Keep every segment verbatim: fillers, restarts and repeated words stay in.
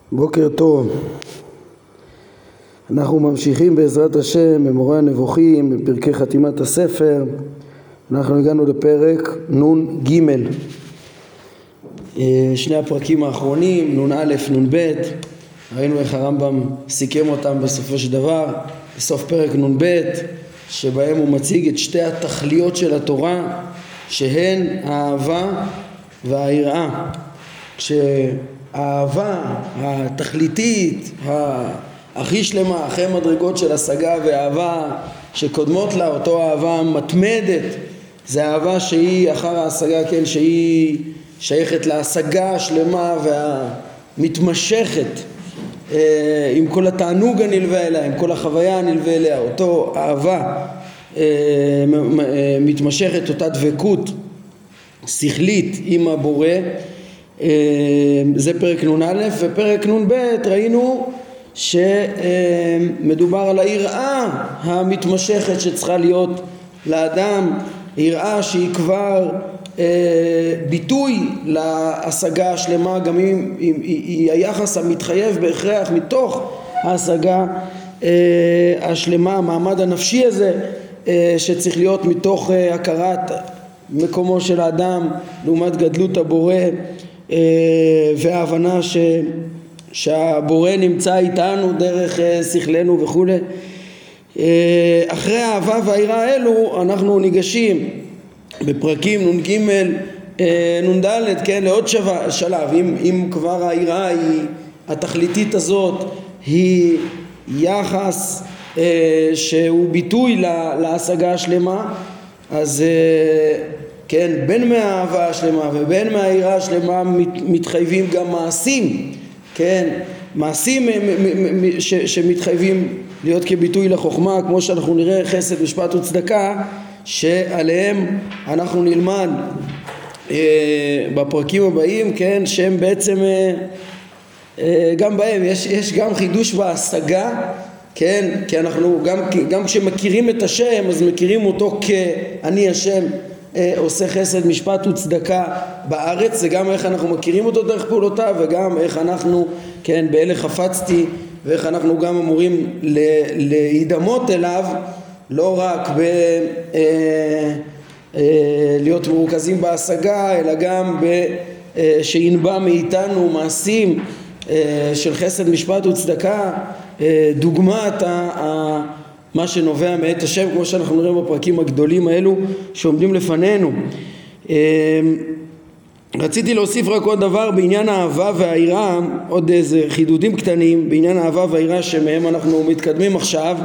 בוקר טוב. אנחנו ממשיכים בעזרת השם במורה הנבוכים בפרקי חתימת הספר. אנחנו הגענו לפרק נון ג', שני הפרקים האחרונים, נון א' נון ב'. ראינו איך הרמב"ם סיכם אותם בסופו של דבר בסוף פרק נון ב', שבהם הוא מציג את שתי התכליות של התורה, שהן האהבה והיראה. כשהאהבה התכליתית הכי שלמה, אחרי מדרגות של השגה ואהבה שקודמות לה, אותו אהבה מתמדת, זה אהבה שהיא אחר ההשגה, כן, שהיא שייכת להשגה השלמה והמתמשכת, עם כל התענוג הנלווה אליה, עם כל החוויה הנלווה אליה, אותו אהבה מתמשכת, אותה דבקות שכלית עם הבורא. זה פרק נון א'. ופרק נון ב' ראינו שמדובר על היראה המתמשכת שצריכה להיות לאדם, יראה שהיא כבר ביטוי להשגה השלמה, גם אם היא היחס המתחייב בהכרח מתוך ההשגה השלמה, המעמד הנפשי הזה שצריך להיות מתוך הכרת מקומו של האדם לעומת גדלות הבורא, וההבנה ש... שהבורא נמצא איתנו דרך שכלנו וכו'. אחרי האהבה והיראה האלו אנחנו ניגשים בפרקים נון ג' נון ד', כן, לעוד שווה, שלב. אם, אם כבר היראה היא התכליתית הזאת, היא יחס אה, שהוא ביטוי לה, להשגה השלמה, אז אה, כן, בין מהאהבה השלמה ובין מהיראה השלמה מת, מתחייבים גם מעשים, כן, מעשים ש, שמתחייבים להיות כביטוי לחוכמה, כמו שאנחנו נראה חסד, משפט וצדקה, שעליהם אנחנו נלמד אה, בפרקים הבאים, כן, שהם בעצם אה, אה, גם בהם יש, יש גם חידוש בהשגה, כן, כי אנחנו גם, גם כשמכירים את השם אז מכירים אותו כאני השם אה, עושה חסד, משפט וצדקה בארץ. זה גם איך אנחנו מכירים אותו דרך פעולותיו, וגם איך אנחנו, כן, באלה חפצתי, ואיך אנחנו גם אמורים להידמות אליו, לא רק ב, אה, אה, להיות מרוכזים בהשגה, אלא גם ב, אה, שינבע מאיתנו מעשים אה, של חסד, משפט וצדקה, אה, דוגמת ה, ה, מה שנובע מאת השם, כמו שאנחנו נראה בפרקים הגדולים האלו שעומדים לפנינו. אה, רציתי להוסיף רק עוד דבר בעניין האהבה והיראה, עוד איזה חידודים קטנים בעניין האהבה והיראה שמהם אנחנו מתקדמים עכשיו.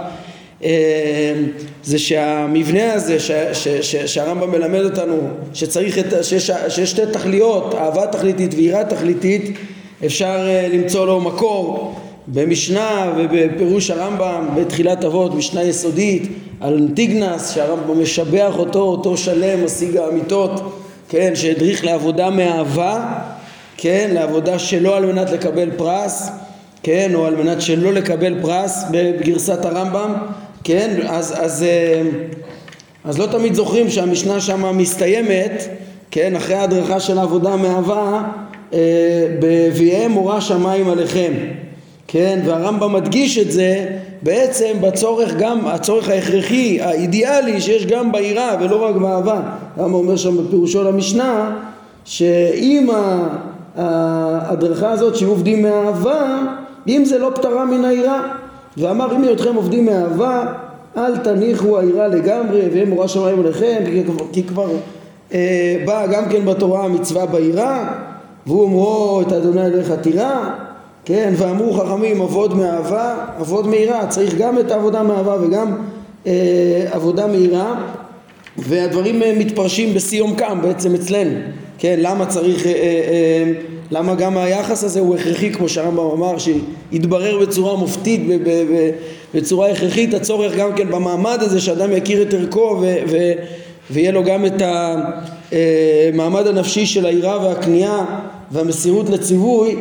זה שהמבנה הזה ש, ש, ש, שהרמב"ם מלמד אותנו שצריך את, שיש, שיש שתי תכליות, אהבה תכליתית ויראה תכליתית, אפשר למצוא לו מקור במשנה ובפירוש הרמב"ם בתחילת אבות, משנה יסודית על אנטיגנס, שהרמב"ם משבח אותו, אותו שלם, משיג האמיתות, כן, שהדריך לעבודה מאהבה, כן, לעבודה שלא על מנת לקבל פרס, כן, או על מנת שלא לקבל פרס בגרסת הרמב"ם, כן, אז, אז, אז לא תמיד זוכרים שהמשנה שמה מסתיימת, כן, אחרי ההדרכה של העבודה מאהבה, בביאם מורה שמיים עליכם, כן, והרמב"ם מדגיש את זה בעצם בצורך, גם הצורך ההכרחי, האידיאלי שיש גם ביראה ולא רק באהבה. הרמב"ם אומר שם בפירושו למשנה שאם ההדרכה הזאת שעובדים מאהבה, אם זה לא פטרה מן היראה, ואמר אם אתכם עובדים מאהבה אל תניחו היראה לגמרי והם מורה שמיים עליכם, כי כבר אה, בא גם כן בתורה המצווה ביראה, והוא אומרו את אדוני אליך תירא, כן, ואמרו חכמים עבוד מאהבה עבוד מיראה. צריך גם את העבודה מאהבה וגם אה, עבודה מיראה, והדברים אה, מתפרשים בסיום קם בעצם אצלנו, כן, למה צריך אה, אה, למה גם היחס הזה הוא הכרחי, כמו שהרמב"ם אמר, שיתברר בצורה מופתית, בצורה הכרחית, הצורך גם כן במעמד הזה, שאדם יכיר את ערכו ו- ו- ויהיה לו גם את המעמד הנפשי של היראה והקנייה והמסירות לציווי,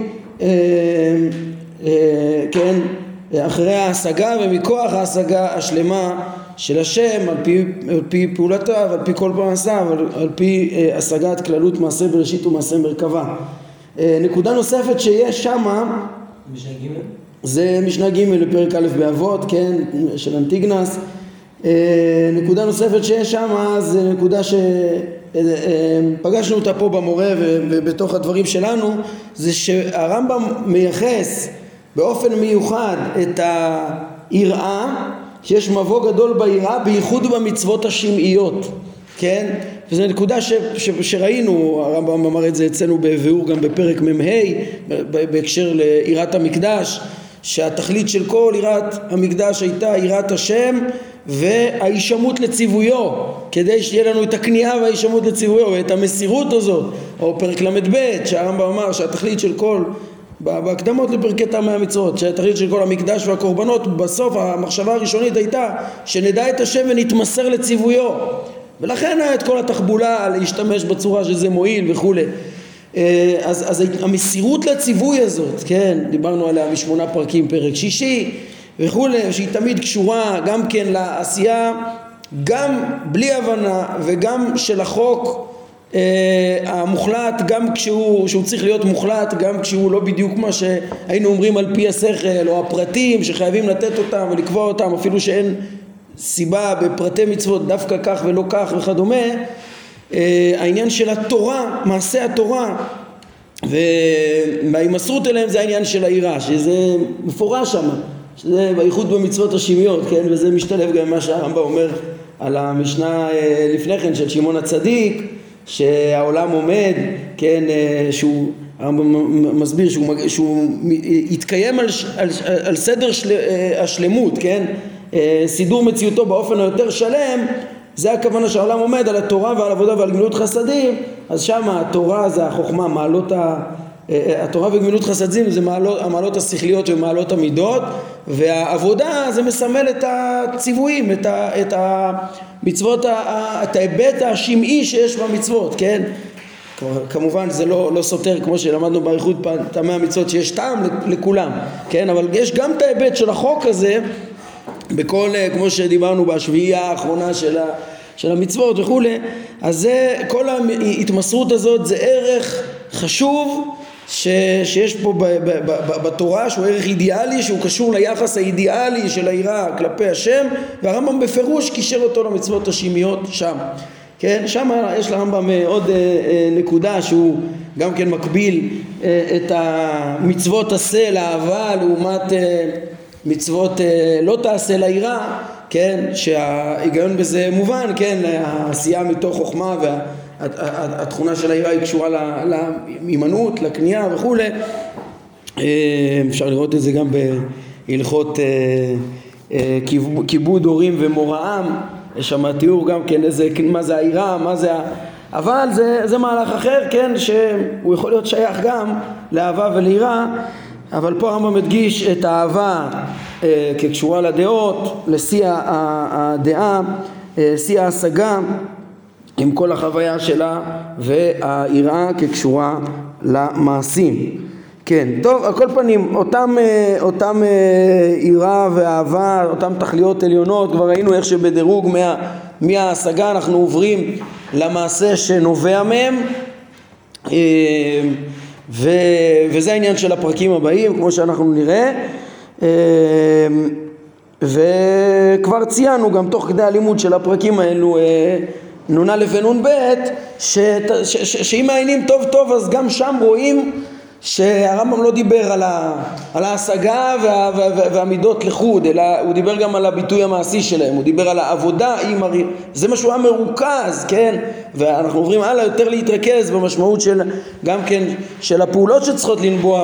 כן, אחרי ההשגה ומכוח ההשגה השלמה של השם, על פי, על פי פעולתיו, על פי כל פרנסיו, על, על פי השגת כללות מעשה בראשית ומעשה מרכבה. נקודה נוספת שיש שמה משנה ג' זה משנה ג' לפרק א' באבות, כן, של אנטיגנס. נקודה נוספת שיש שם זה נקודה שפגשנו אותה פה במורה ובתוך הדברים שלנו, זה שהרמב"ם מייחס באופן מיוחד את היראה, שיש מבוא גדול ביראה בייחוד במצוות השמעיות, כן? וזו נקודה ש, ש, שראינו, הרמב"ם אמר את זה אצלנו בביאור גם בפרק מ"ה בהקשר ליראת המקדש, שהתכלית של כל יראת המקדש הייתה יראת השם וההישמות לציוויו, כדי שיהיה לנו את הכניעה וההישמות לציוויו ואת המסירות הזאת. או פרק למד ב' שהרמב"ם אמר שהתכלית של כל, בהקדמות לפרקי טעמי המצוות, שהתכלית של כל המקדש והקורבנות, בסוף המחשבה הראשונית הייתה שנדע את השם ונתמסר לציוויו, ולכן היה את כל התחבולה להשתמש בצורה שזה מועיל וכו'. אז, אז המסירות לציווי הזאת, כן, דיברנו עליה משמונה פרקים, פרק שישי וכו', שהיא תמיד קשורה גם כן לעשייה, גם בלי הבנה וגם של החוק אה, המוחלט, גם כשהוא שהוא צריך להיות מוחלט, גם כשהוא לא בדיוק מה שהיינו אומרים על פי השכל, או הפרטים שחייבים לתת אותם ולקבוע אותם אפילו שאין סיבה בפרטי מצוות דווקא כך ולא כך וכדומה. אה, העניין של התורה, מעשה התורה וההימסרות אליהם, זה העניין של היראה, שזה מפורש שם, שזה בייחוד במצוות השמעיות, כן? וזה משתלב גם מה שהרמב"ם אומר על המשנה לפני כן של שמעון הצדיק, שהעולם עומד, כן, שהוא, הרמב"ם מסביר שהוא, שהוא יתקיים על, על, על סדר של, השלמות, כן? סידור מציאותו באופן היותר שלם, זה הכוונה שהעולם עומד על התורה ועל עבודה ועל גמילות חסדים. אז שם התורה זה החוכמה, מעלות ה... התורה וגמילות חסדים זה מעלות, המעלות השכליות ומעלות המידות, והעבודה זה מסמל את הציוויים, את, ה, את המצוות, את ההיבט השמעי שיש במצוות, כן? כמובן זה לא, לא סותר כמו שלמדנו באריכות טעמי המצוות שיש טעם לכולם, כן? אבל יש גם את ההיבט של החוק הזה בכל, כמו שדיברנו בשביעייה האחרונה של, ה, של המצוות וכו'. אז זה, כל ההתמסרות הזאת זה ערך חשוב ש, שיש פה ב, ב, ב, ב, בתורה, שהוא ערך אידיאלי, שהוא קשור ליחס האידיאלי של היראה כלפי השם, והרמב"ם בפירוש קישר אותו למצוות השמעיות שם, כן? שם יש לרמב"ם עוד אה, אה, נקודה שהוא גם כן מקביל אה, את המצוות עשה לאהבה לעומת אה, מצוות אה, לא תעשה ליראה, כן? שההיגיון בזה מובן, כן? העשייה מתוך חוכמה וה התכונה של היראה היא קשורה להימנעות, לקנייה וכו'. אפשר לראות את זה גם בהלכות כיבוד הורים ומוראם, יש שם תיאור גם כן איזה, מה זה היראה, מה זה, אבל זה, זה מהלך אחר, כן, שהוא יכול להיות שייך גם לאהבה וליראה, אבל פה הרמב"ם מדגיש את האהבה כקשורה לדעות, לשיא הדעה, שיא ההשגה עם כל החוויה שלה, והיראה כקשורה למעשים. כן, טוב, על כל פנים, אותם, אותם יראה ואהבה, אותם תכליות עליונות, כבר ראינו איך שבדירוג מה, מההשגה אנחנו עוברים למעשה שנובע מהם, ו, וזה העניין של הפרקים הבאים, כמו שאנחנו נראה. וכבר ציינו גם תוך כדי הלימוד של הפרקים האלו, נון א' ונון ב', שאם מעיינים טוב טוב אז גם שם רואים שהרמב"ם לא דיבר על, ה, על ההשגה וה, וה, וה, והמידות לחוד, אלא הוא דיבר גם על הביטוי המעשי שלהם, הוא דיבר על העבודה עם הרי... זה משהו המרוכז, כן? ואנחנו עוברים הלאה יותר להתרכז במשמעות של גם כן של הפעולות שצריכות לנבוע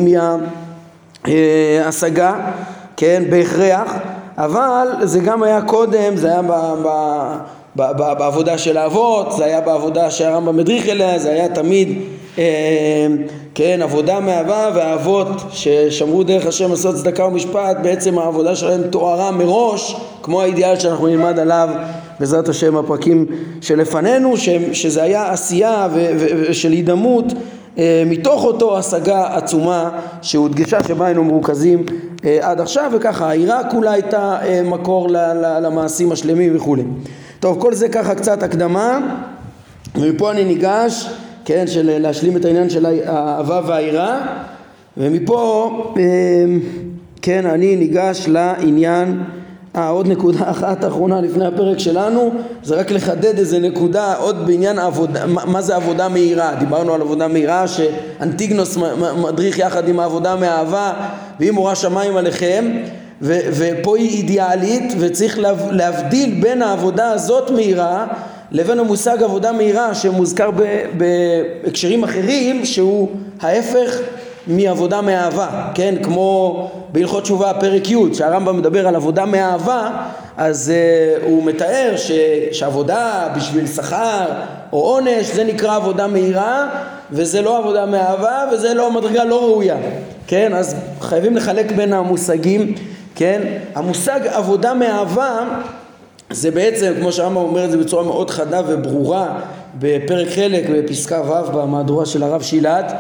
מההשגה, כן? בהכרח, אבל זה גם היה קודם, זה היה ב... ב בעבודה של האבות, זה היה בעבודה שהרמב"ם מדריך אליה, זה היה תמיד אה, כן, עבודה מאהבה, והאבות ששמרו דרך השם לעשות צדקה ומשפט, בעצם העבודה שלהם תוארה מראש, כמו האידיאל שאנחנו נלמד עליו בעזרת השם הפרקים שלפנינו, ש, שזה היה עשייה ו, ו, של הידמות אה, מתוך אותו השגה עצומה שהודגשה שבה היינו מרוכזים אה, עד עכשיו, וככה היראה כולה הייתה אה, מקור ל, ל, למעשים השלמים וכו'. טוב, כל זה ככה קצת הקדמה, ומפה אני ניגש, כן, של להשלים את העניין של האהבה והיראה, ומפה כן אני ניגש לעניין. אה, עוד נקודה אחת אחרונה לפני הפרק שלנו, זה רק לחדד איזה נקודה עוד בעניין העבודה, מה, מה זה עבודה מהירה. דיברנו על עבודה מהירה שאנטיגנוס מדריך יחד עם העבודה מאהבה, והיא מורה שמיים עליכם, ו, ופה היא אידיאלית, וצריך להבדיל בין העבודה הזאת מהירה לבין המושג עבודה מהירה שמוזכר בהקשרים אחרים, שהוא ההפך מעבודה מאהבה, כן? כמו בהלכות תשובה פרק י' שהרמב"ם מדבר על עבודה מאהבה, אז uh, הוא מתאר ש, שעבודה בשביל שכר או עונש זה נקרא עבודה מהירה, וזה לא עבודה מאהבה, וזה לא מדרגה לא ראויה, כן? אז חייבים לחלק בין המושגים, כן? המושג עבודה מאהבה זה בעצם, כמו שהרמב"ם אומר את זה בצורה מאוד חדה וברורה בפרק חלק בפסקה ו' במהדורה של הרב שילת,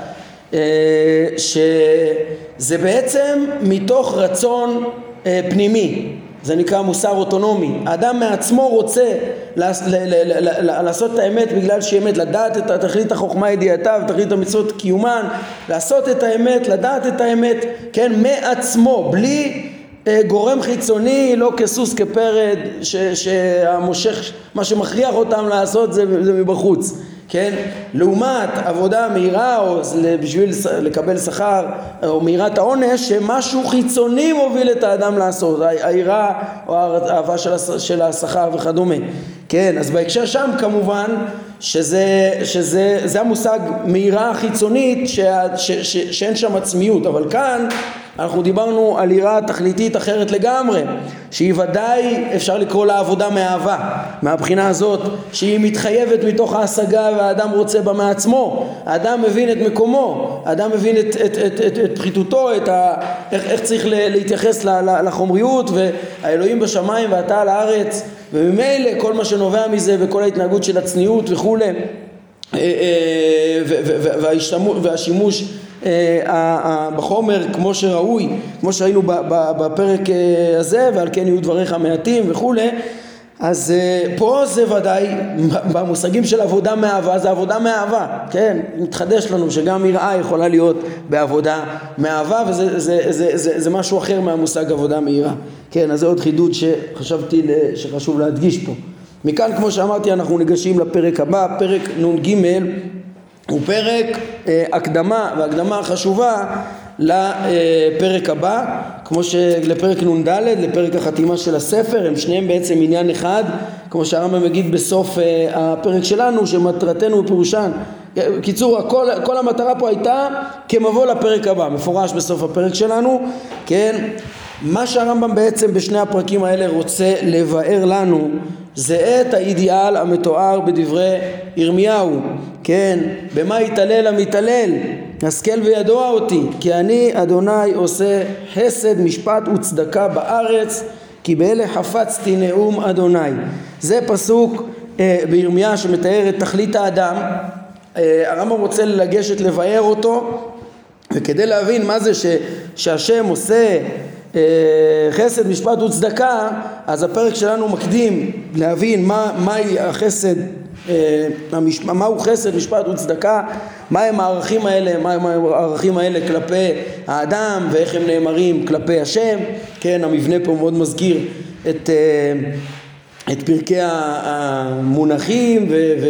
שזה בעצם מתוך רצון פנימי, זה נקרא מוסר אוטונומי. האדם מעצמו רוצה לעשות את האמת בגלל שהיא אמת, לדעת את תכלית החוכמה ידיעתה ותכלית המצוות קיומן, לעשות את האמת, לדעת את האמת, כן, מעצמו, בלי גורם חיצוני, לא כסוס כפרד ש, שהמושך, מה שמכריח אותם לעשות זה, זה מבחוץ, כן? לעומת עבודה מהירה או בשביל לקבל שכר או מהירת העונש, שמשהו חיצוני מוביל את האדם לעשות, היראה או האהבה של השכר וכדומה, כן? אז בהקשר שם כמובן שזה, שזה, זה המושג מהירה חיצונית ש, ש, ש, שאין שם עצמיות, אבל כאן אנחנו דיברנו על יראה תכליתית אחרת לגמרי, שהיא ודאי אפשר לקרוא לה עבודה מאהבה, מהבחינה הזאת שהיא מתחייבת מתוך ההשגה והאדם רוצה בה מעצמו, האדם מבין את מקומו, האדם מבין את, את, את, את, את פחיתותו, את ה, איך, איך צריך להתייחס לחומריות, והאלוהים בשמיים ואתה על הארץ, וממילא כל מה שנובע מזה וכל ההתנהגות של הצניעות וכו', והשימוש בחומר כמו שראוי, כמו שראינו בפרק הזה, ועל כן יהיו דבריך מעטים וכו'. אז פה זה ודאי במושגים של עבודה מאהבה, זה עבודה מאהבה, כן? מתחדש לנו שגם יראה יכולה להיות בעבודה מאהבה, וזה זה, זה, זה, זה משהו אחר מהמושג עבודה מהירה, כן? אז זה עוד חידוד שחשבתי שחשוב להדגיש פה. מכאן, כמו שאמרתי, אנחנו ניגשים לפרק הבא, פרק נ"ג, הוא פרק אה, הקדמה, והקדמה החשובה לפרק הבא, כמו שלפרק נ"ד, לפרק החתימה של הספר, הם שניהם בעצם עניין אחד, כמו שהרמב"ם מגיד בסוף אה, הפרק שלנו, שמטרתנו בפירושן. קיצור, הכל, כל המטרה פה הייתה כמבוא לפרק הבא, מפורש בסוף הפרק שלנו, כן? מה שהרמב"ם בעצם בשני הפרקים האלה רוצה לבאר לנו, זה את האידיאל המתואר בדברי ירמיהו, כן? במה יתעלל המתעלל? השכל וידוע אותי, כי אני אדוני עושה חסד משפט וצדקה בארץ, כי באלה חפצתי נאום אדוני. זה פסוק אה, בירמיה שמתאר את תכלית האדם. אה, הרמב"ם רוצה לגשת לבאר אותו, וכדי להבין מה זה ש, שהשם עושה חסד משפט וצדקה, אז הפרק שלנו מקדים להבין מה מהי החסד, מהו חסד משפט וצדקה, מה הם הערכים האלה, מה הם הערכים האלה כלפי האדם ואיך הם נאמרים כלפי השם, כן? המבנה פה מאוד מזכיר את את פרקי המונחים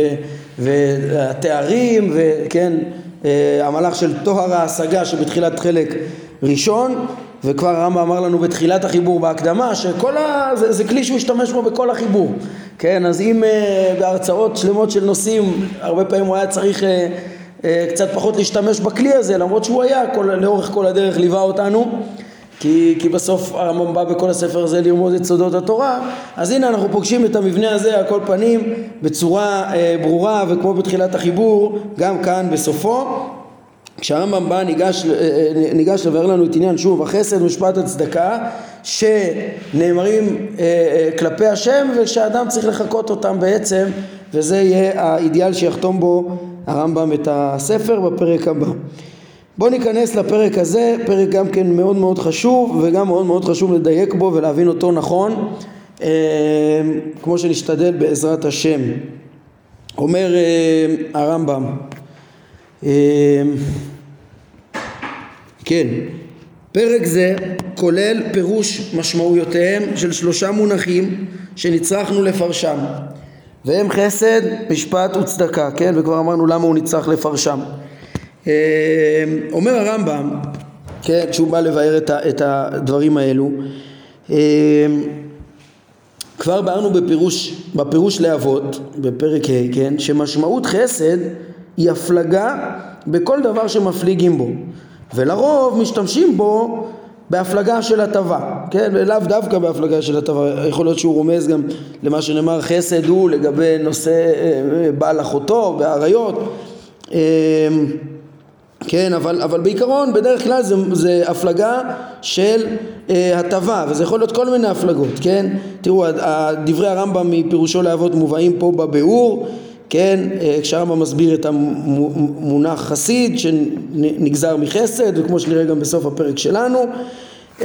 והתארים, וכן, המהלך של תואר ההשגה שבתחילת חלק ראשון, וכבר הרמב"ם אמר לנו בתחילת החיבור בהקדמה שכל ה... זה, זה כלי שהוא השתמש בו בכל החיבור, כן? אז אם uh, בהרצאות שלמות של נושאים הרבה פעמים הוא היה צריך uh, uh, קצת פחות להשתמש בכלי הזה, למרות שהוא היה כל, לאורך כל הדרך ליווה אותנו, כי, כי בסוף הרמב"ם בא בכל הספר הזה ללמוד את סודות התורה. אז הנה אנחנו פוגשים את המבנה הזה על כל פנים בצורה uh, ברורה, וכמו בתחילת החיבור גם כאן בסופו. כשהרמב"ם בא ניגש, ניגש לבאר לנו את עניין שוב החסד משפט הצדקה שנאמרים כלפי השם, ושהאדם צריך לחכות אותם בעצם, וזה יהיה האידיאל שיחתום בו הרמב"ם את הספר בפרק הבא. בואו ניכנס לפרק הזה, פרק גם כן מאוד מאוד חשוב, וגם מאוד מאוד חשוב לדייק בו ולהבין אותו נכון, כמו שנשתדל בעזרת השם. אומר הרמב"ם, כן, פרק זה כולל פירוש משמעויותיהם של שלושה מונחים שנצרכנו לפרשם, והם חסד, משפט וצדקה, כן? וכבר אמרנו למה הוא נצטרך לפרשם. אומר הרמב"ם, כן, כשהוא בא לבאר את הדברים האלו, כבר בארנו בפירוש, בפירוש לאבות, בפרק ה', כן, שמשמעות חסד היא הפלגה בכל דבר שמפליגים בו, ולרוב משתמשים בו בהפלגה של הטבה, כן, ולאו דווקא בהפלגה של הטבה. יכול להיות שהוא רומז גם למה שנאמר חסד הוא לגבי נושא בעל אחותו בעריות, כן, אבל, אבל בעיקרון בדרך כלל זה, זה הפלגה של אה, הטבה, וזה יכול להיות כל מיני הפלגות, כן? תראו, דברי הרמב"ם מפירושו לאבות מובאים פה בביאור, כן? אה, כשהרמב"ם מסביר את המונח חסיד שנגזר מחסד, וכמו שנראה גם בסוף הפרק שלנו, אה,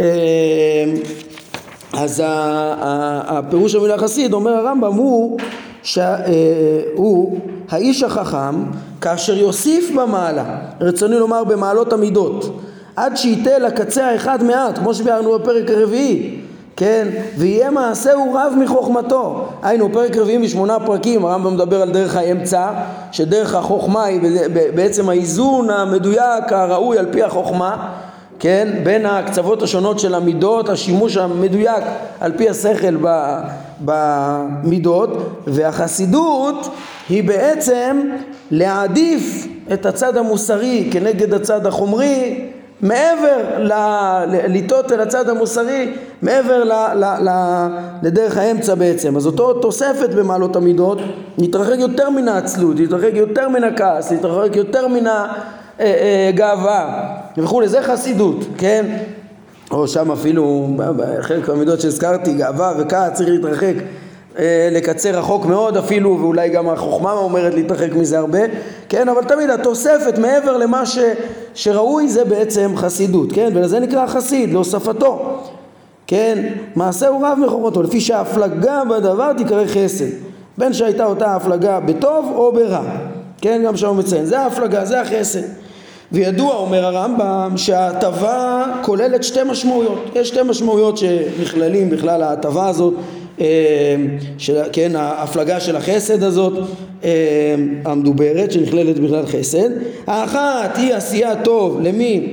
אז הפירוש המילה חסיד, אומר הרמב"ם, הוא שהוא האיש החכם כאשר יוסיף במעלה, רצוני לומר במעלות המידות, עד שייתה לקצה האחד מעט, כמו שביארנו בפרק הרביעי, כן, ויהיה מעשהו רב מחוכמתו. היינו פרק רביעי משמונה פרקים, הרמב"ם מדבר על דרך האמצע, שדרך החוכמה היא בעצם האיזון המדויק הראוי על פי החוכמה, כן, בין הקצוות השונות של המידות, השימוש המדויק על פי השכל במידות, והחסידות היא בעצם להעדיף את הצד המוסרי כנגד הצד החומרי, מעבר לליטות אל הצד המוסרי, מעבר ל, ל, ל, לדרך האמצע בעצם. אז אותו תוספת במעלות המידות נתרחק יותר מן העצלות, נתרחק יותר מן הכעס, נתרחק יותר מן הגאווה וכו', זה חסידות, כן? או שם אפילו בחלק מהמידות שהזכרתי, גאווה וכעס צריך להתרחק, לקצר רחוק מאוד אפילו, ואולי גם החוכמה אומרת להתרחק מזה הרבה, כן? אבל תמיד התוספת מעבר למה ש, שראוי זה בעצם חסידות, כן? ולזה נקרא חסיד, להוספתו, כן? מעשה הוא רב מחוכמתו, לפי שההפלגה בדבר תקרא חסד, בין שהייתה אותה הפלגה בטוב או ברע, כן? גם שם מציין, זה ההפלגה, זה החסד. וידוע, אומר הרמב"ם, שההטבה כוללת שתי משמעויות. יש שתי משמעויות שנכללים בכלל ההטבה הזאת, של, כן, ההפלגה של החסד הזאת המדוברת, שנכללת בכלל חסד. האחת היא עשייה טוב למי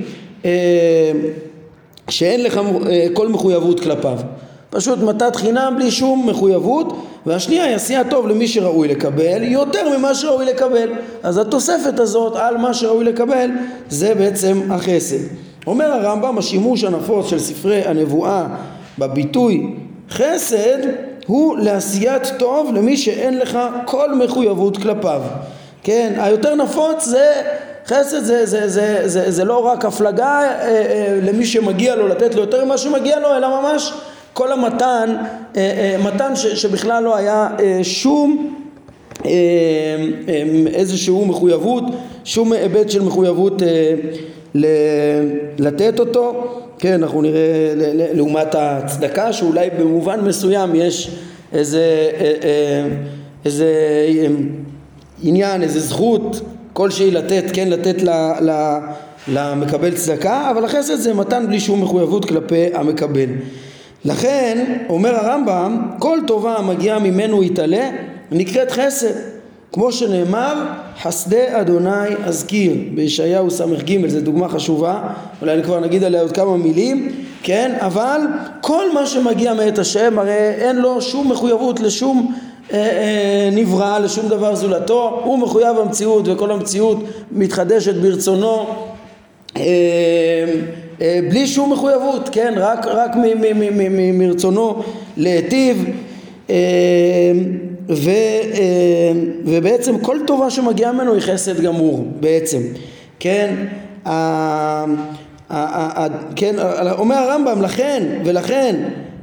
שאין לך כל מחויבות כלפיו, פשוט מתת חינם בלי שום מחויבות. והשנייה היא עשייה טוב למי שראוי לקבל יותר ממה שראוי לקבל. אז התוספת הזאת על מה שראוי לקבל זה בעצם החסד. אומר הרמב"ם, השימוש הנפוץ של ספרי הנבואה בביטוי חסד הוא לעשיית טוב למי שאין לך כל מחויבות כלפיו, כן? היותר נפוץ זה חסד, זה, זה, זה, זה, זה לא רק הפלגה אה, אה, למי שמגיע לו לתת לו יותר ממה שמגיע לו, אלא ממש כל המתן, אה, אה, מתן ש, שבכלל לא היה אה, שום אה, אה, איזשהו מחויבות, שום היבט של מחויבות אה, ל, לתת אותו. כן, אנחנו נראה לעומת הצדקה שאולי במובן מסוים יש איזה, איזה עניין, איזה זכות כלשהי לתת, כן, לתת למקבל צדקה, אבל החסד זה מתן בלי שום מחויבות כלפי המקבל. לכן אומר הרמב"ם, כל טובה המגיעה ממנו יתעלה נקראת חסד, כמו שנאמר חסדי אדוני אזכיר בישעיהו סמך ג', זו דוגמה חשובה, אולי אני כבר נגיד עליה עוד כמה מילים, כן? אבל כל מה שמגיע מאת השם הרי אין לו שום מחויבות לשום אה, אה, נברא, לשום דבר זולתו, הוא מחויב המציאות וכל המציאות מתחדשת ברצונו אה, אה, בלי שום מחויבות, כן? רק, רק מ- מ- מ- מ- מ- מרצונו להיטיב, אה, ו, ובעצם כל טובה שמגיעה ממנו היא חסד גמור בעצם, כן? ה, ה, ה, כן, אומר הרמב"ם, לכן ולכן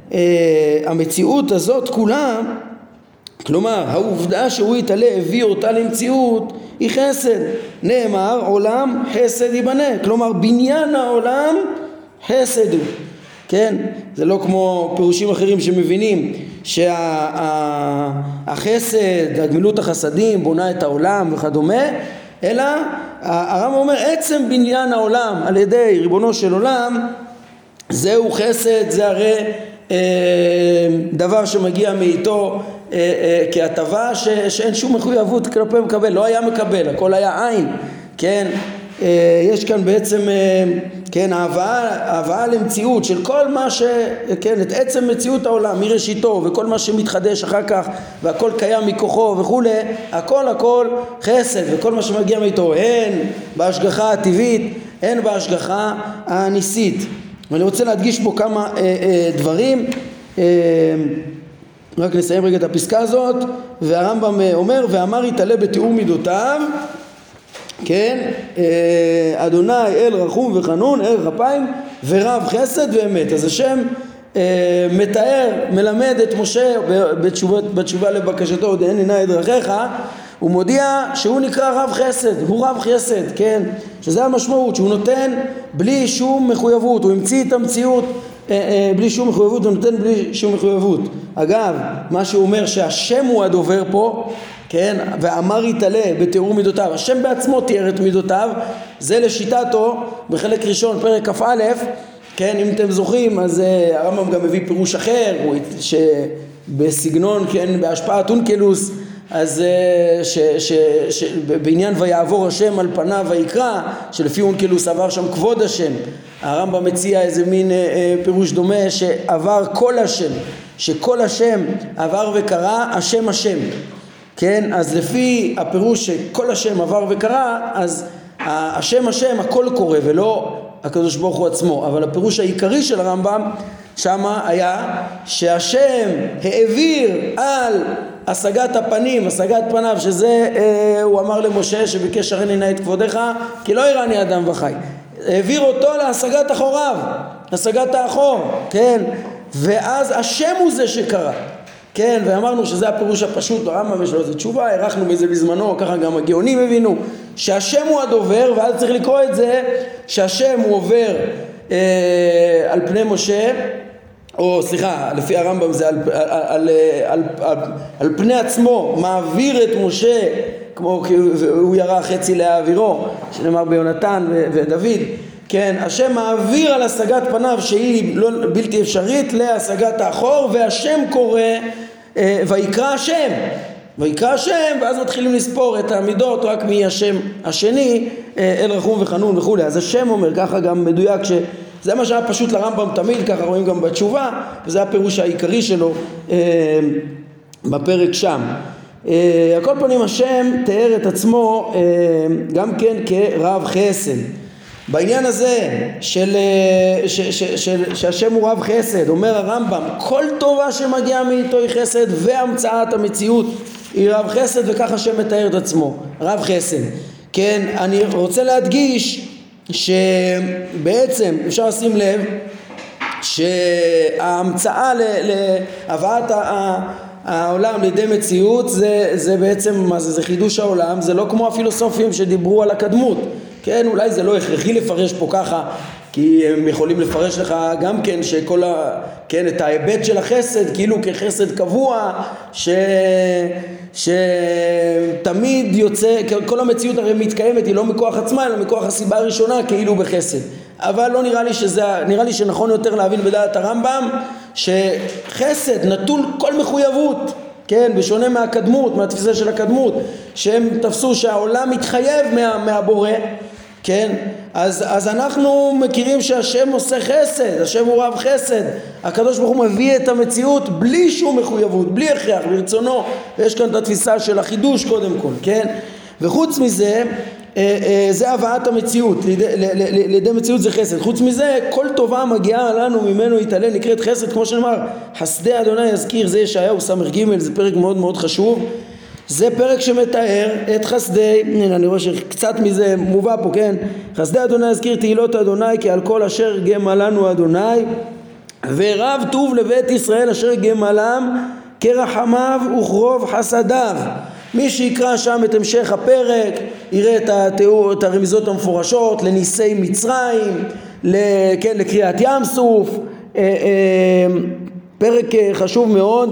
המציאות הזאת כולה, כלומר העובדה שהוא יתעלה הביא אותה למציאות, היא חסד. נאמר עולם חסד ייבנה, כלומר בניין העולם חסד הוא, כן? זה לא כמו פירושים אחרים שמבינים שהחסד, הגמילות החסדים בונה את העולם וכדומה, אלא הרמב"ם אומר עצם בניין העולם על ידי ריבונו של עולם זהו חסד, זה הרי אה, דבר שמגיע מאיתו אה, אה, כהטבה ש, שאין שום מחויבות כלפי מקבל, לא היה מקבל, הכל היה עין, כן? אה, יש כאן בעצם אה, כן, ההבאה, ההבאה למציאות של כל מה ש... כן, את עצם מציאות העולם מראשיתו וכל מה שמתחדש אחר כך והכל קיים מכוחו וכו', הכל הכל חסד, וכל מה שמגיע מאיתו הן בהשגחה הטבעית הן בהשגחה הניסית. ואני רוצה להדגיש פה כמה אה, אה, דברים, אה, רק נסיים רגע את הפסקה הזאת. והרמב"ם אומר ואמר יתעלה בתיאור מידותיו, כן, אדוני אל רחום וחנון, אל כפיים ורב חסד ואמת. אז השם אה, מתאר, מלמד את משה בתשובה, בתשובה לבקשתו עוד אין עיני את דרכיך, הוא מודיע שהוא נקרא רב חסד, הוא רב חסד, כן, שזה המשמעות, שהוא נותן בלי שום מחויבות, הוא המציא את המציאות אה, אה, בלי שום מחויבות, הוא נותן בלי שום מחויבות. אגב, מה שהוא אומר שהשם הוא הדובר פה, כן, ואמר יתעלה בתיאור מידותיו, השם בעצמו תיאר את מידותיו, זה לשיטתו בחלק ראשון פרק כ"א, כן, אם אתם זוכרים, אז uh, הרמב"ם גם מביא פירוש אחר, שבסגנון, כן, בהשפעת אונקלוס, אז uh, ש, ש, ש, בעניין ויעבור השם על פניו ויקרא, שלפי אונקלוס עבר שם כבוד השם, הרמב"ם מציע איזה מין uh, uh, פירוש דומה שעבר כל השם, שכל השם עבר וקרא, השם השם. כן, אז לפי הפירוש שכל השם עבר וקרא, אז השם השם הכל קורה ולא הקדוש ברוך הוא עצמו. אבל הפירוש העיקרי של הרמב"ם שמה היה שהשם העביר על השגת הפנים, השגת פניו, שזה אה, הוא אמר למשה שביקש הראני נא את כבודך כי לא יראני אדם וחי, העביר אותו להשגת אחוריו, השגת האחור, כן, ואז השם הוא זה שקרא, כן, ואמרנו שזה הפירוש הפשוט, הרמב"ם יש לו איזה תשובה, ערכנו בזה בזמנו, ככה גם הגאונים הבינו, שהשם הוא הדובר, ואז צריך לקרוא את זה, שהשם הוא עובר אה, על פני משה, או סליחה, לפי הרמב"ם זה על, על, על, על, על, על פני עצמו, מעביר את משה, כמו הוא ירה חצי להעבירו, שנאמר ביונתן ו- ודוד, כן, השם מעביר על השגת פניו שהיא לא, בלתי אפשרית להשגת האחור, והשם קורא אה, ויקרא השם, ויקרא השם, ואז מתחילים לספור את המידות רק מי השם השני, אה, אל רחום וחנון וכו'. אז השם אומר ככה גם מדויק, שזה מה שהיה פשוט לרמב"ם תמיד, ככה רואים גם בתשובה, וזה הפירוש העיקרי שלו אה, בפרק שם. אה, על כל פנים השם תיאר את עצמו אה, גם כן כרב חסד. בעניין הזה של, ש, ש, של, שהשם הוא רב חסד, אומר הרמב"ם, כל טובה שמגיעה מאיתו היא חסד, והמצאת המציאות היא רב חסד, וככה השם מתאר את עצמו, רב חסד. כן, אני רוצה להדגיש שבעצם אפשר לשים לב שההמצאה להבאת העולם לידי מציאות זה, זה בעצם, מה זה, זה חידוש העולם, זה לא כמו הפילוסופים שדיברו על הקדמות. כן, אולי זה לא הכרחי לפרש פה ככה, כי הם יכולים לפרש לך גם כן שכל ה... כן, את ההיבט של החסד, כאילו כחסד קבוע, ש... שתמיד יוצא, כל המציאות הרי מתקיימת, היא לא מכוח עצמה, אלא מכוח הסיבה הראשונה, כאילו בחסד. אבל לא נראה לי שזה, נראה לי שנכון יותר להבין בדעת הרמב"ם, שחסד נטול כל מחויבות, כן, בשונה מהקדמות, מהתפיסה של הקדמות, שהם תפסו שהעולם מתחייב מה, מהבורא, כן, אז, אז אנחנו מכירים שהשם עושה חסד, השם הוא רב חסד, הקדוש ברוך הוא מביא את המציאות בלי שום מחויבות, בלי הכרח, ברצונו, ויש כאן את התפיסה של החידוש קודם כל, כן, וחוץ מזה, זה הבאת המציאות, לידי מציאות זה חסד. חוץ מזה, כל טובה מגיעה לנו ממנו יתעלה, נקראת חסד, כמו שנאמר, חסדי אדוני יזכיר, זה ישעיהו סמך ג', זה פרק מאוד מאוד חשוב. זה פרק שמתאר את חסדי, הנה אני רואה שקצת מזה מובא פה, כן? חסדי אדוני יזכיר תהילות אדוני, כי על כל אשר גמה לנו אדוני, ורב טוב לבית ישראל אשר גמלם כרחמיו וכרוב חסדיו. מי שיקרא שם את המשך הפרק יראה את התיאור, את הרמיזות המפורשות לניסי מצרים, כן, לקריאת ים סוף, פרק חשוב מאוד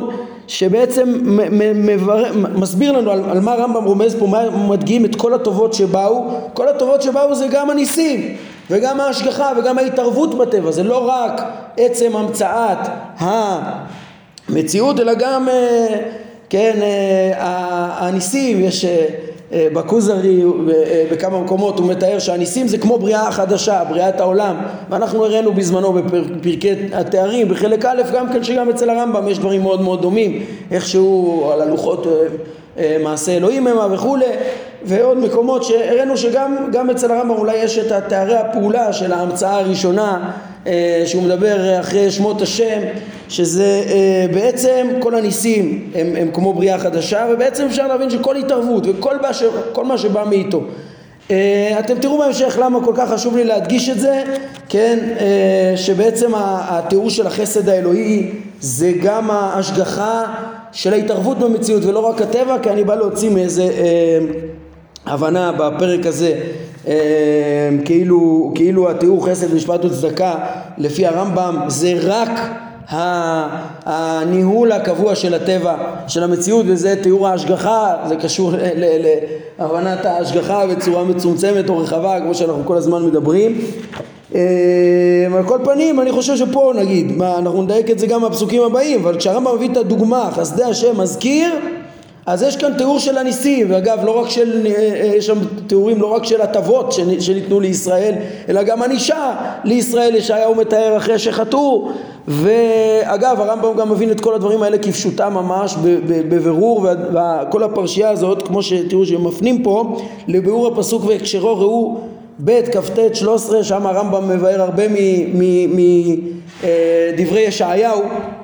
שבעצם מסביר לנו על, על מה הרמב"ם רומז פה, מה מדגים את כל הטובות שבאו. כל הטובות שבאו זה גם הניסים וגם ההשגחה וגם ההתערבות בטבע, זה לא רק עצם המצאת המציאות אלא גם כן הניסים. יש בכוזרי בכמה מקומות הוא מתאר שהניסים זה כמו בריאה חדשה, בריאת העולם, ואנחנו הראינו בזמנו בפרקי התארים בחלק א' גם כן שגם אצל הרמב"ם יש דברים מאוד מאוד דומים, איכשהו על הלוחות מעשה אלוהים המה וכולי, ועוד מקומות שהראינו שגם גם אצל הרמב"ם אולי יש את תארי הפעולה של ההמצאה הראשונה שהוא מדבר אחרי שמות השם, שזה בעצם כל הניסים הם, הם כמו בריאה חדשה, ובעצם אפשר להבין שכל התערבות וכל מה, ש, כל מה שבא מאיתו. אתם תראו בהמשך למה כל כך חשוב לי להדגיש את זה, כן, שבעצם התיאור של החסד האלוהי זה גם ההשגחה של ההתערבות במציאות ולא רק הטבע, כי אני בא להוציא מאיזה הבנה בפרק הזה כאילו, כאילו התיאור חסד משפט וצדקה לפי הרמב"ם זה רק הניהול הקבוע של הטבע, של המציאות, וזה תיאור ההשגחה, זה קשור להבנת ההשגחה בצורה מצומצמת או רחבה כמו שאנחנו כל הזמן מדברים. על כל פנים אני חושב שפה נגיד, מה, אנחנו נדייק את זה גם בפסוקים הבאים, אבל כשהרמב"ם מביא את הדוגמה חסדי השם מזכיר, אז יש כאן תיאור של הניסים, ואגב לא רק של, יש שם תיאורים לא רק של הטבות שניתנו לישראל, אלא גם ענישה לישראל. ישעיהו מתאר אחרי שחטאו, ואגב הרמב"ם גם מבין את כל הדברים האלה כפשוטם ממש בבירור, וכל הפרשייה הזאת כמו שתראו שמפנים פה לביאור הפסוק והקשרו, ראו ב' כ"ט שלוש עשרה, שם הרמב"ם מבאר הרבה מדברי ישעיהו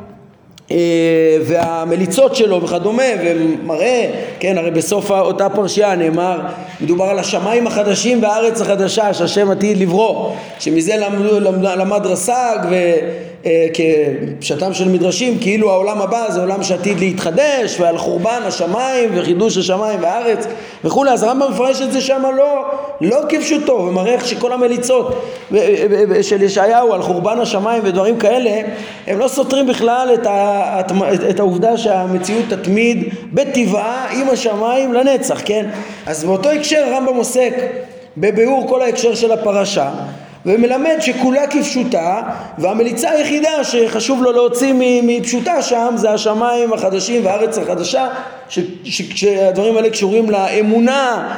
והמליצות שלו וכדומה, ומראה, כן, הרי בסוף אותה פרשייה נאמר, מדובר על השמיים החדשים והארץ החדשה שהשם עתיד לברוא, שמזה למד, למד רס"ג, וכפשטם של מדרשים כאילו העולם הבא זה עולם שעתיד להתחדש, ועל חורבן השמיים וחידוש השמיים והארץ וכולי. אז הרמב"ם מפרש את זה שם לא, לא כפשוטו, ומראה איך שכל המליצות של ישעיהו על חורבן השמיים ודברים כאלה הם לא סותרים בכלל את, ה, את העובדה שהמציאות תתמיד בטבעה עם השמיים לנצח, כן? אז באותו הקשר הרמב"ם עוסק בביאור כל ההקשר של הפרשה ומלמד שכולה כפשוטה, והמליצה היחידה שחשוב לו להוציא מפשוטה שם זה השמיים החדשים והארץ החדשה, שהדברים האלה קשורים לאמונה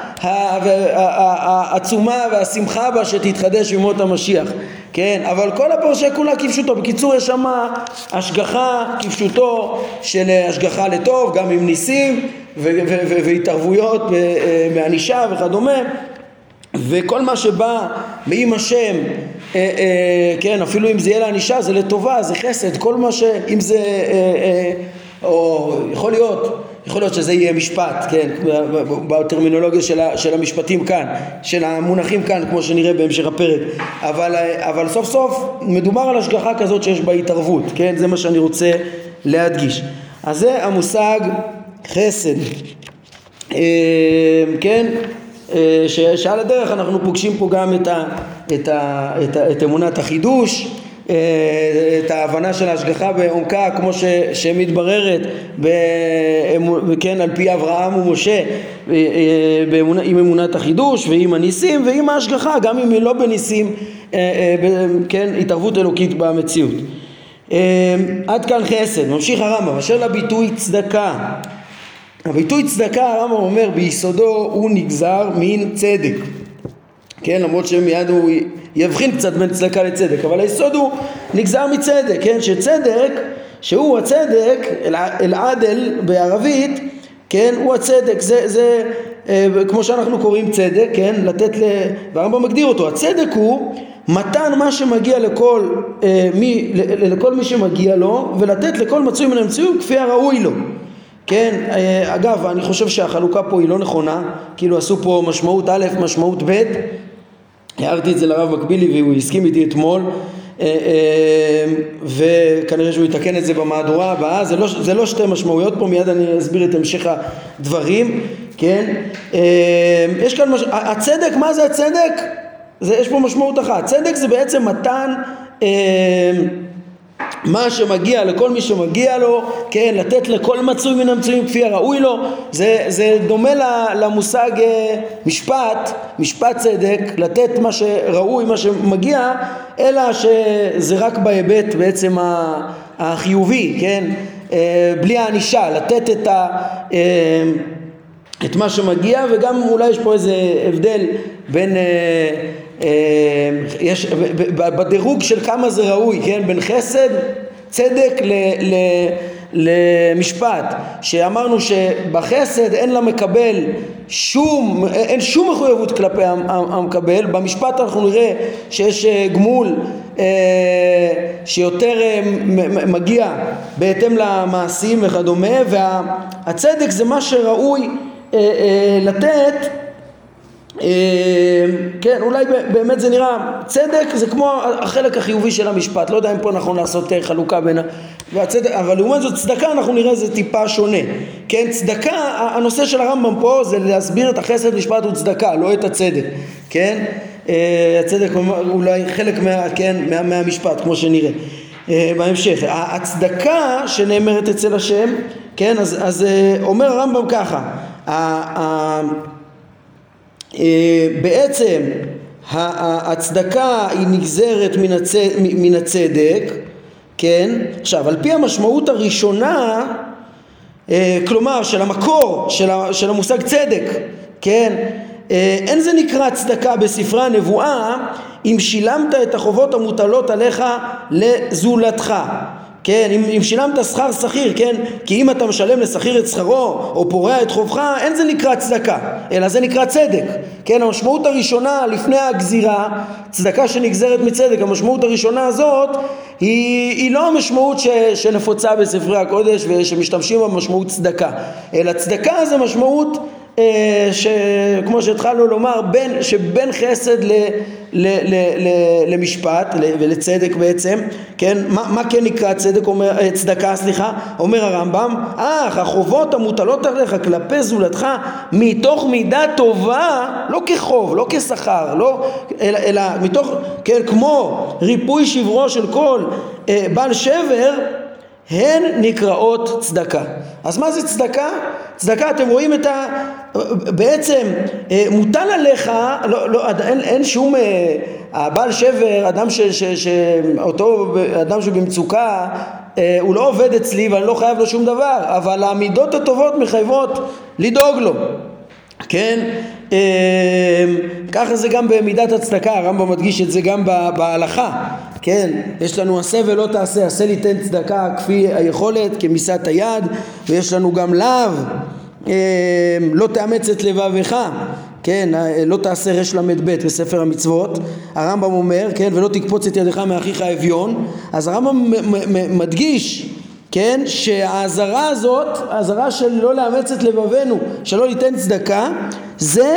העצומה והשמחה בה שתתחדש במות המשיח, כן? אבל כל הפרשה כולה כפשוטו. בקיצור יש שם השגחה כפשוטו של השגחה לטוב, גם עם ניסים והתערבויות מענישה וכדומה, וכל מה שבא מעם השם, אה, אה, כן, אפילו אם זה יהיה לענישה זה לטובה, זה חסד, כל מה ש... אם זה, אה, אה, או יכול להיות, יכול להיות שזה יהיה משפט, כן, בטרמינולוגיה של, ה, של המשפטים כאן, של המונחים כאן, כמו שנראה בהמשך הפרק, אבל, אבל סוף סוף מדובר על השגחה כזאת שיש בה התערבות, כן, זה מה שאני רוצה להדגיש. אז זה המושג חסד, אה, כן, שעל הדרך אנחנו פוגשים פה גם את, ה, את, ה, את, ה, את אמונת החידוש, את ההבנה של ההשגחה בעומקה כמו ש, שמתבררת ב, כן, על פי אברהם ומשה באמונה, עם אמונת החידוש ועם הניסים ועם ההשגחה גם אם היא לא בניסים, כן, התערבות אלוקית במציאות. עד כאן חסד. ממשיך הרמב"ם, אשר לביטוי צדקה. הביטוי צדקה הרמב"ם אומר ביסודו הוא נגזר מן צדק, כן, למרות שמיד הוא יבחין קצת בין צדקה לצדק, אבל היסוד הוא נגזר מצדק, כן, שצדק שהוא הצדק אל עדל בערבית, כן, הוא הצדק, זה, זה אה, כמו שאנחנו קוראים צדק, כן, לתת ל... והרמב"ם מגדיר אותו, הצדק הוא מתן מה שמגיע לכל, אה, מי, לכל מי שמגיע לו ולתת לכל מצוי מן המציאות כפי הראוי לו. כן, אגב, אני חושב שהחלוקה פה היא לא נכונה, כאילו עשו פה משמעות א', משמעות ב', הערתי את זה לרב מקבילי והוא הסכים איתי אתמול, וכנראה שהוא יתקן את זה במהדורה הבאה, זה לא, זה לא שתי משמעויות פה, מיד אני אסביר את המשך הדברים, כן, יש כאן, מש... הצדק, מה זה הצדק? זה, יש פה משמעות אחת, צדק זה בעצם מתן, מה שמגיע לכל מי שמגיע לו, כן, לתת לכל מצוי מן המצויים כפי הראוי לו. זה, זה דומה למושג משפט, משפט צדק, לתת מה שראוי, מה שמגיע, אלא שזה רק בהיבט בעצם החיובי, כן, בלי הענישה, לתת את ה... את מה שמגיע, וגם אולי יש פה איזה הבדל בין, אה, אה, יש, בדירוג של כמה זה ראוי, כן? בין חסד, צדק ל, ל, למשפט, שאמרנו שבחסד אין לה מקבל שום, אין שום מחויבות כלפי המקבל. במשפט אנחנו נראה שיש גמול אה, שיותר אה, מגיע בהתאם למעשים וכדומה, והצדק זה מה שראוי אה, אה, לתת. אה, כן, אולי באמת זה נראה, צדק זה כמו החלק החיובי של המשפט, לא יודע אם פה נכון לעשות חלוקה בין והצדק, אבל לעומת זאת צדקה אנחנו נראה זה טיפה שונה. כן, צדקה, הנושא של הרמב"ם פה זה להסביר את החסד, משפט וצדקה, לא את הצדק. כן, הצדק אולי חלק מה, כן, מה, מהמשפט כמו שנראה בהמשך. הצדקה שנאמרת אצל השם, כן, אז, אז אומר הרמב"ם ככה, בעצם הצדקה היא נגזרת מן הצדק, כן? עכשיו, על פי המשמעות הראשונה, כלומר של המקור של המושג צדק, כן? אין זה נקרא צדקה בספרי הנבואה אם שילמת את החובות המוטלות עליך לזולתך. כן, אם, אם שילמת שכר שכיר, כן, כי אם אתה משלם לשכיר את שכרו או פורע את חובך, אין זה נקרא צדקה, אלא זה נקרא צדק. כן, המשמעות הראשונה לפני הגזירה, צדקה שנגזרת מצדק, המשמעות הראשונה הזאת היא, היא לא המשמעות ש, שנפוצה בספרי הקודש ושמשתמשים במשמעות צדקה, אלא צדקה זה משמעות שכמו שהתחלנו לומר, בין, שבין חסד ל, ל, ל, ל, למשפט ולצדק בעצם, כן, מה, מה כן נקרא צדק, אומר, צדקה, סליחה, אומר הרמב"ם, אך החובות המוטלות עליך כלפי זולתך מתוך מידה טובה, לא כחוב, לא כשכר, לא, אלא, אלא מתוך, כן, כמו ריפוי שברו של כל אה, בעל שבר, הן נקראות צדקה. אז מה זה צדקה? צדקה, אתם רואים את ה... בעצם מוטל עליך, לא, לא, אין, אין שום... הבעל שבר, אדם ש, ש, ש, אותו אדם שבמצוקה, הוא לא עובד אצלי ואני לא חייב לו שום דבר, אבל המידות הטובות מחייבות לדאוג לו. כן? ככה זה גם במידת הצדקה, הרמב"ם מדגיש את זה גם בהלכה. כן, יש לנו עשה ולא תעשה, עשה ליתן צדקה כפי היכולת, כמיסת היד, ויש לנו גם לאו, לא תאמץ את לבבך, כן, לא תעשה רש למד ב' בספר המצוות. הרמב"ם אומר, כן, ולא תקפוץ את ידך מאחיך האביון. אז הרמב"ם מדגיש, כן, שהעזרה הזאת, העזרה של לא לאמץ את לבבנו, שלא ליתן צדקה, זה,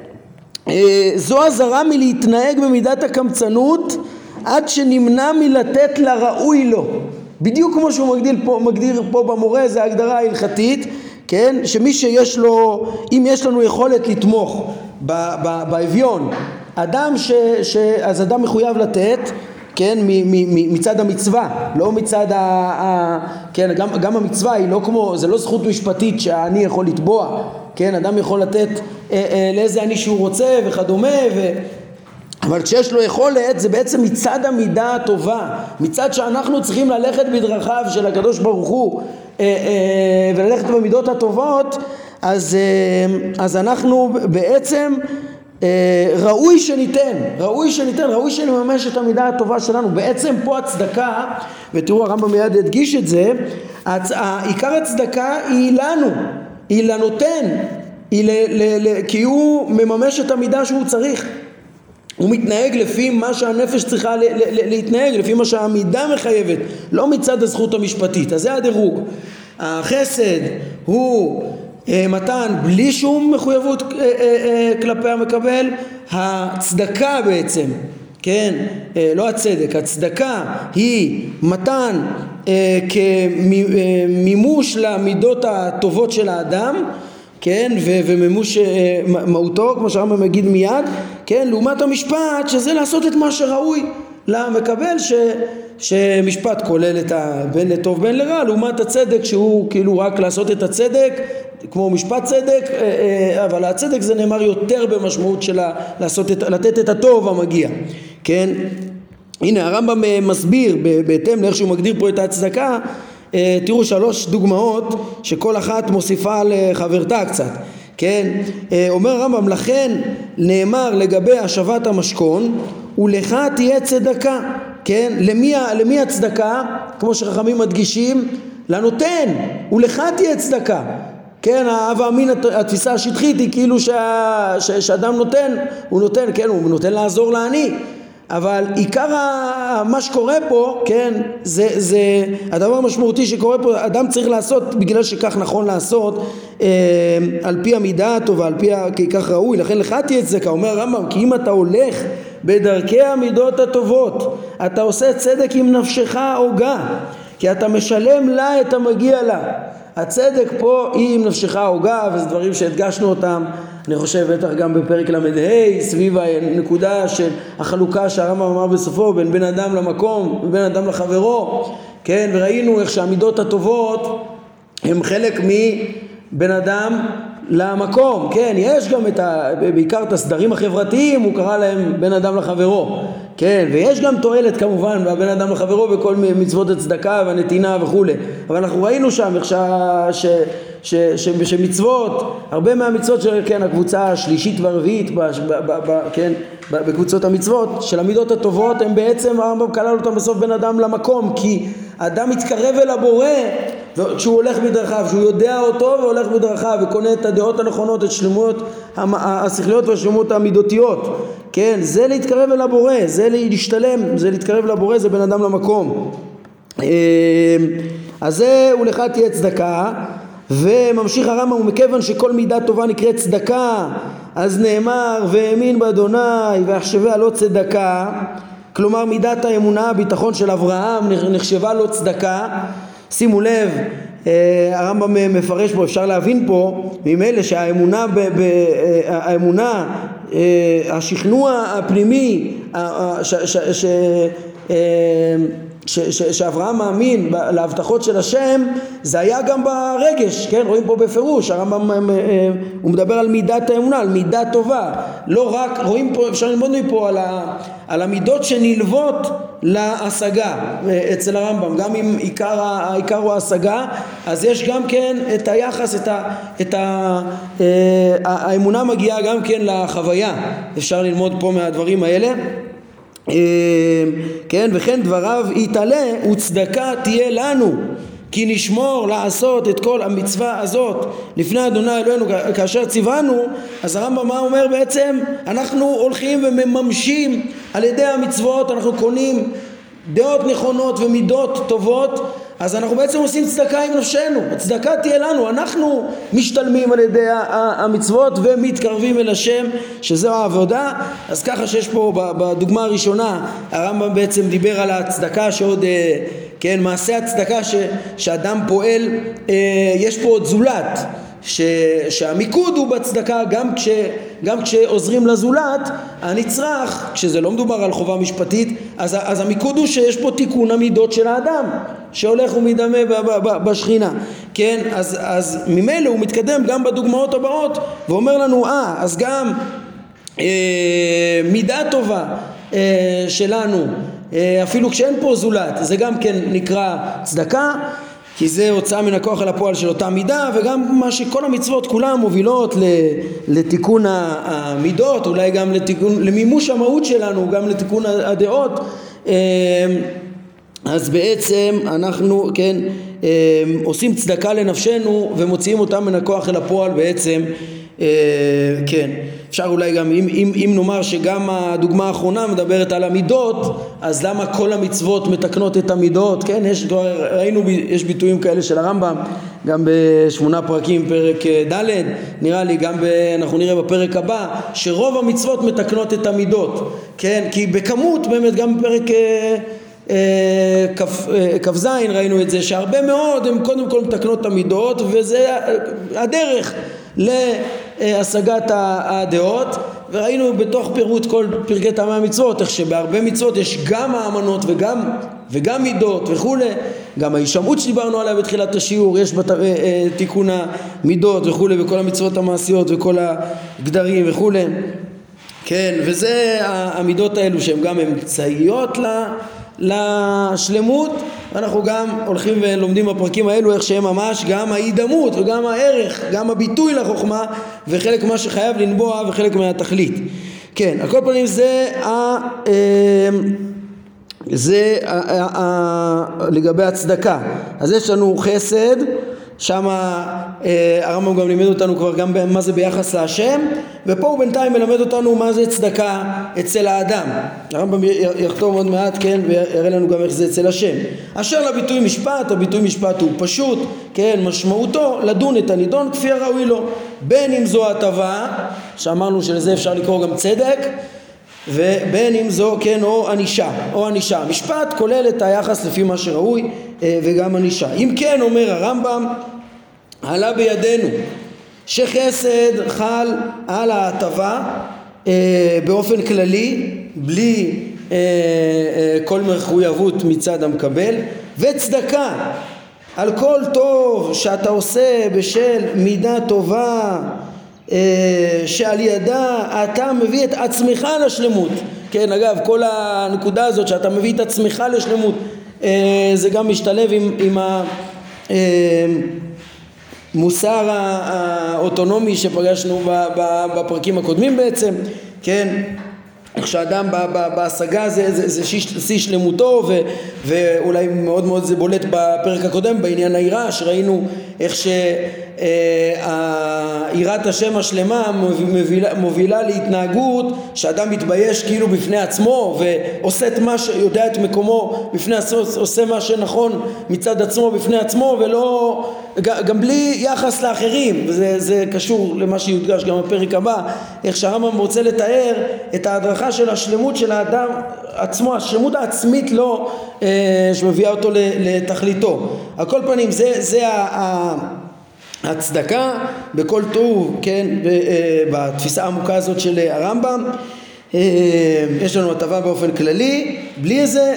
זו עזרה מלהתנהג במידת הקמצנות, עד שנמנע מלתת לראוי לו. בדיוק כמו שהוא מגדיר פה, מגדיר פה במורה, זה ההגדרה ההלכתית, כן? שמי שיש לו, אם יש לנו יכולת לתמוך באביון, אדם ש, ש, אז אדם מחויב לתת, כן? מ, מ, מ, מצד המצווה, לא מצד ה, ה כן? גם, גם המצווה היא לא כמו, זה לא זכות משפטית שאני יכול לתבוע, כן? אדם יכול לתת אה, אה, לאיזה אני שהוא רוצה וכדומה, ו... אבל כשיש לו יכולת זה בעצם מצד המידה הטובה, מצד שאנחנו צריכים ללכת בדרכיו של הקדוש ברוך הוא אה, אה, וללכת במידות הטובות, אז, אה, אז אנחנו בעצם אה, ראוי שניתן, ראוי שניתן, ראוי שנממש את המידה הטובה שלנו. בעצם פה הצדקה, ותראו הרמב"ם מיד הדגיש את זה, הצ... עיקר הצדקה היא לנו, היא לנותן, היא ל... ל... ל... כי הוא מממש את המידה שהוא צריך. הוא מתנהג לפי מה שהנפש צריכה ל- ל- להתנהג, לפי מה שהמידה מחייבת, לא מצד הזכות המשפטית. אז זה הדירוג. החסד הוא אה, מתן בלי שום מחויבות אה, אה, אה, כלפי המקבל. הצדקה בעצם, כן, אה, לא הצדק, הצדקה היא מתן אה, כמימוש למידות הטובות של האדם, כן, ו- ומימוש uh, מהותו, כמו שהרמב"ם מגיד מיד, כן, לעומת המשפט, שזה לעשות את מה שראוי, למקבל ש, שמשפט כולל את בין לטוב בין לרע, לעומת הצדק שהוא כאילו רק לעשות את הצדק, כמו משפט צדק, אבל הצדק זה נאמר יותר במשמעות של לעשות את, לתת את הטוב המגיע, כן? הנה הרמב"ם מסביר בהתאם לאיך שהוא מגדיר פה את ההצדקה. תראו שלוש דוגמאות שכל אחת מוסיפה לחברתה קצת, כן? אומר הרמב"ם, לכן נאמר לגבי השבת המשכון, ולך תהיה צדקה, כן? למי, למי הצדקה? כמו שחכמים מדגישים, לנותן, ולך תהיה צדקה, כן? האב האמין, התפיסה השטחית היא כאילו שה, ש, שאדם נותן, הוא נותן, כן? הוא נותן לעזור לעני, אבל עיקר מה שקורה פה, כן, זה, זה הדבר המשמעותי שקורה פה, אדם צריך לעשות בגלל שכך נכון לעשות, אה, על פי המידה הטובה, על פי כי כך ראוי, לכן לך תהיה צדקה. אומר הרמב"ם, כי אם אתה הולך בדרכי המידות הטובות, אתה עושה צדק עם נפשך הוגה, כי אתה משלם לה את המגיע לה. הצדק פה היא עם נפשך הוגה, וזה דברים שהדגשנו אותם, אני חושב בטח גם בפרק למד ה' סביב הנקודה של החלוקה שהרמב"ם אמר בסופו בין בן אדם למקום ובין אדם לחברו, כן? וראינו איך שהמידות הטובות הם חלק מבן אדם למקום, כן? יש גם את ה, בעיקר את הסדרים החברתיים, הוא קרא להם בן אדם לחברו, כן? ויש גם תועלת כמובן בבין אדם לחברו בכל מצוות הצדקה והנתינה וכו', אבל אנחנו ראינו שם איך שה, ש, ש, ש, ש, שמצוות, הרבה מהמצוות של, כן, הקבוצה השלישית והרביעית, ב, ב, ב, ב, כן, בקבוצות המצוות של המידות הטובות, הם בעצם הרמב"ם כלל אותם בסוף בין אדם למקום, כי אדם מתקרב אל הבורא כשהוא הולך בדרכיו, שהוא יודע אותו והולך בדרכיו וקונה את הדעות הנכונות, את שלמויות השכליות והשלמות המידותיות, כן? זה להתקרב אל הבורא, זה להשתלם, זה להתקרב לבורא, זה בין אדם למקום. אז זה ולך תהיה צדקה. וממשיך הרמב"ם, ומכיוון שכל מידה טובה נקראת צדקה, אז נאמר והאמין באדוני ויחשביה לו צדקה, כלומר מידת האמונה, הביטחון של אברהם נחשבה לו צדקה. שימו לב, הרמב"ם מפרש פה, אפשר להבין פה ממילא שהאמונה, האמונה, השכנוע הפנימי ש, ש, ש, ש, ש, שאברהם מאמין להבטחות של השם, זה היה גם ברגש, כן? רואים פה בפירוש, הרמב"ם הוא מדבר על מידת האמונה, על מידה טובה, לא רק, רואים פה, אפשר ללמוד מפה על, ה, על המידות שנלוות להשגה אצל הרמב"ם, גם אם עיקר, העיקר הוא ההשגה, אז יש גם כן את היחס, את ה, את ה, האמונה מגיעה גם כן לחוויה, אפשר ללמוד פה מהדברים האלה. כן, וכן דבריו יתעלה וצדקה תהיה לנו, כי נשמור לעשות את כל המצווה הזאת לפני אדוני אלוהינו כאשר ציוונו. אז הרמב"ם מה אומר בעצם? אנחנו הולכים ומממשים על ידי המצוות, אנחנו קונים דעות נכונות ומידות טובות, אז אנחנו בעצם עושים צדקה עם נפשנו, הצדקה תהיה לנו, אנחנו משתלמים על ידי המצוות ומתקרבים אל השם, שזו העבודה. אז ככה שיש פה בדוגמה הראשונה הרמב"ם בעצם דיבר על הצדקה שעוד, כן, מעשה הצדקה ש, שאדם פועל, יש פה עוד זולת, ש, שהמיקוד הוא בצדקה, גם, כש, גם כשעוזרים לזולת הנצרך, כשזה לא מדובר על חובה משפטית, אז, אז המיקוד הוא שיש פה תיקון המידות של האדם שהולך ומדמה בשכינה, כן? אז, אז ממילא הוא מתקדם גם בדוגמאות הבאות ואומר לנו, אה, אז גם אה, מידה טובה אה, שלנו, אה, אפילו כשאין פה זולת, זה גם כן נקרא צדקה, כי זה הוצאה מן הכוח אל הפועל של אותה מידה, וגם מה שכל המצוות כולם מובילות לתיקון המידות, אולי גם לתיקון, למימוש המהות שלנו, גם לתיקון הדעות. אז בעצם אנחנו, כן, עושים צדקה לנפשנו ומוציאים אותם מן הכוח אל הפועל בעצם. כן, אפשר אולי גם, אם, אם, אם נאמר שגם הדוגמה האחרונה מדברת על המידות, אז למה כל המצוות מתקנות את המידות? כן, יש, ראינו, יש ביטויים כאלה של הרמב"ם, גם בשמונה פרקים, פרק ד', נראה לי, גם ב, אנחנו נראה בפרק הבא, שרוב המצוות מתקנות את המידות, כן, כי בכמות, באמת גם בפרק כף זין ראינו את זה, שהרבה מאוד הם קודם כל מתקנות את המידות, וזה הדרך להשגת הדעות, וראינו בתוך פירוט כל פרקי טעמי המצוות, איך שבהרבה מצוות יש גם האמנות וגם, וגם מידות וכו'. גם ההישמעות שדיברנו עליה בתחילת השיעור, יש בת, תיקון המידות וכו', וכל המצוות המעשיות וכל הגדרים וכו'. כן, וזה המידות האלו שהן גם אמצעיות לשלמות, ואנחנו גם הולכים ולומדים בפרקים האלו איך שהם ממש גם ההידמות וגם הערך, גם הביטוי לחוכמה, וחלק מה שחייב לנבוע וחלק מהתכלית. כן, על כל פנים זה ה... זה ה, ה, לגבי הצדקה. אז יש לנו חסד, שם הרמב"ם גם לימד אותנו כבר גם מה זה ביחס להשם, ופה הוא בינתיים מלמד אותנו מה זה צדקה אצל האדם. הרמב"ם יחתום עוד מעט, כן, ויראה לנו גם איך זה אצל השם. אשר לביטוי משפט, הביטוי משפט הוא פשוט, כן, משמעותו לדון את הנידון כפי הראוי לו, בין אם זו הטבה, שאמרנו שלזה אפשר לקרוא גם צדק, ובין אם זו, כן, או ענישה, או ענישה. משפט כולל את היחס לפי מה שראוי וגם ענישה. אם כן, אומר הרמב"ם, עלה בידינו שחסד חל על ההטבה באופן כללי, בלי כל מחויבות מצד המקבל, וצדקה על כל טוב שאתה עושה בשל מידה טובה, שעל ידה אתה מביא את עצמך לשלמות. כן, אגב, כל הנקודה הזאת שאתה מביא את עצמך לשלמות, זה גם משתלב עם, עם המוסר האוטונומי שפגשנו בפרקים הקודמים בעצם, כן, איך שאדם בהשגה זה, זה, זה שיא שלמותו, ו, ואולי מאוד מאוד זה בולט בפרק הקודם בעניין היראה, שראינו איך שיראת השם השלמה מובילה, מובילה להתנהגות שאדם מתבייש כאילו בפני עצמו ועושה את מה שיודע את מקומו בפני עצמו, עושה מה שנכון מצד עצמו בפני עצמו, ולא, גם בלי יחס לאחרים. וזה זה קשור למה שיודגש גם בפרק הבא, איך שהרמב"ם רוצה לתאר את ההדרכה של השלמות של האדם עצמו, השלמות העצמית לו, שמביאה אותו לתכליתו. על כל פנים זה, זה הצדקה בכל טוב, כן, בתפיסה העמוקה הזאת של הרמב"ם. יש לנו הטבה באופן כללי, בלי איזה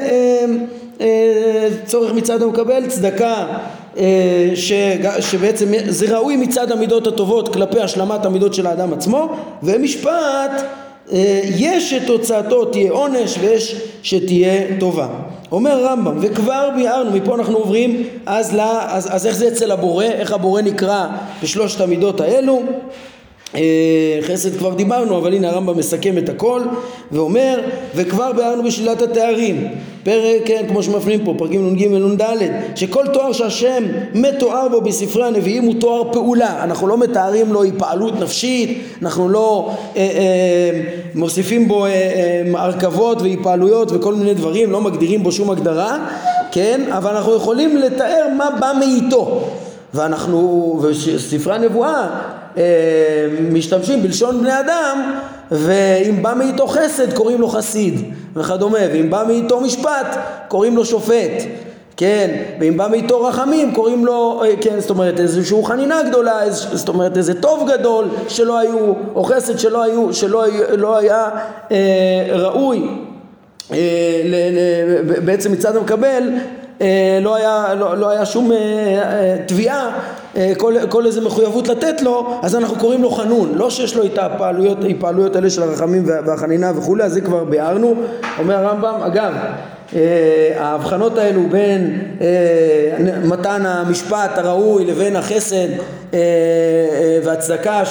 צורך מצד המקבל, צדקה שבעצם זה ראוי מצד המידות הטובות כלפי השלמת המידות של האדם עצמו, ומשפט יש שתוצאתו תהיה עונש ויש שתהיה טובה. אומר הרמב"ם, וכבר ביארנו, מפה אנחנו עוברים אז, לה, אז, אז איך זה אצל הבורא, איך הבורא נקרא בשלושת המידות האלו. חסד כבר דיברנו, אבל הנה הרמב"ם מסכם את הכל ואומר, וכבר ביארנו בשלילת התארים, פרק, כן, כמו שמפנים פה, פרקים נ"ג ונ"ד, שכל תואר שהשם מתואר בו בספרי הנביאים הוא תואר פעולה. אנחנו לא מתארים לו התפעלות נפשית, אנחנו לא אה, אה, מוסיפים בו אה, אה, הרכבות והתפעלויות וכל מיני דברים, לא מגדירים בו שום הגדרה, כן, אבל אנחנו יכולים לתאר מה בא מאיתו, ואנחנו, וספרי הנבואה משתמשים בלשון בני אדם, ואם בא מאיתו חסד קוראים לו חסיד וכדומה, ואם בא מאיתו משפט קוראים לו שופט, כן, ואם בא מאיתו רחמים קוראים לו, כן, זאת אומרת איזושהי חנינה גדולה, זאת אומרת איזה טוב גדול שלא היו, או חסד שלא היו, שלא לא היה אה, ראוי אה, ל, ל, בעצם מצד המקבל, לא היה, לא, לא היה שום תביעה, כל, כל איזה מחויבות לתת לו, אז אנחנו קוראים לו חנון, לא שיש לו את הפעלויות, הפעלויות האלה של הרחמים והחנינה וכו'. אז זה כבר ביארנו. אומר הרמב"ם, אגב, ההבחנות האלו בין מתן המשפט הראוי לבין החסד והצדקה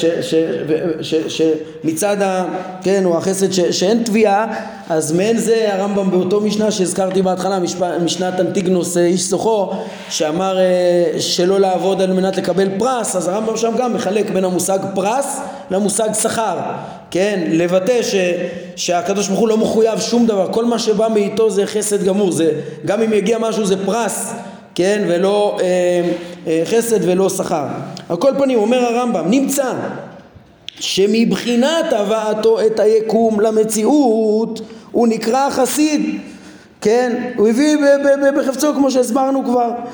שמצד ה, כן, או החסד ש, שאין תביעה, אז מעין זה הרמב"ם באותו משנה שהזכרתי בהתחלה, משנת אנטיגנוס איש סוחו, שאמר שלא לעבוד על מנת לקבל פרס, אז הרמב"ם שם גם מחלק בין המושג פרס למושג שכר, כן, לבטא ש, שהקדוש ברוך הוא לא מחויב שום דבר, כל מה שבא מאיתו זה חסד גמור, זה, גם אם יגיע משהו זה פרס, כן, ולא אה, אה, חסד ולא שכר. על כל פנים אומר הרמב"ם, נמצא שמבחינת הבאתו את היקום למציאות הוא נקרא חסיד, כן, הוא הביא בחפצו כמו שהסברנו כבר,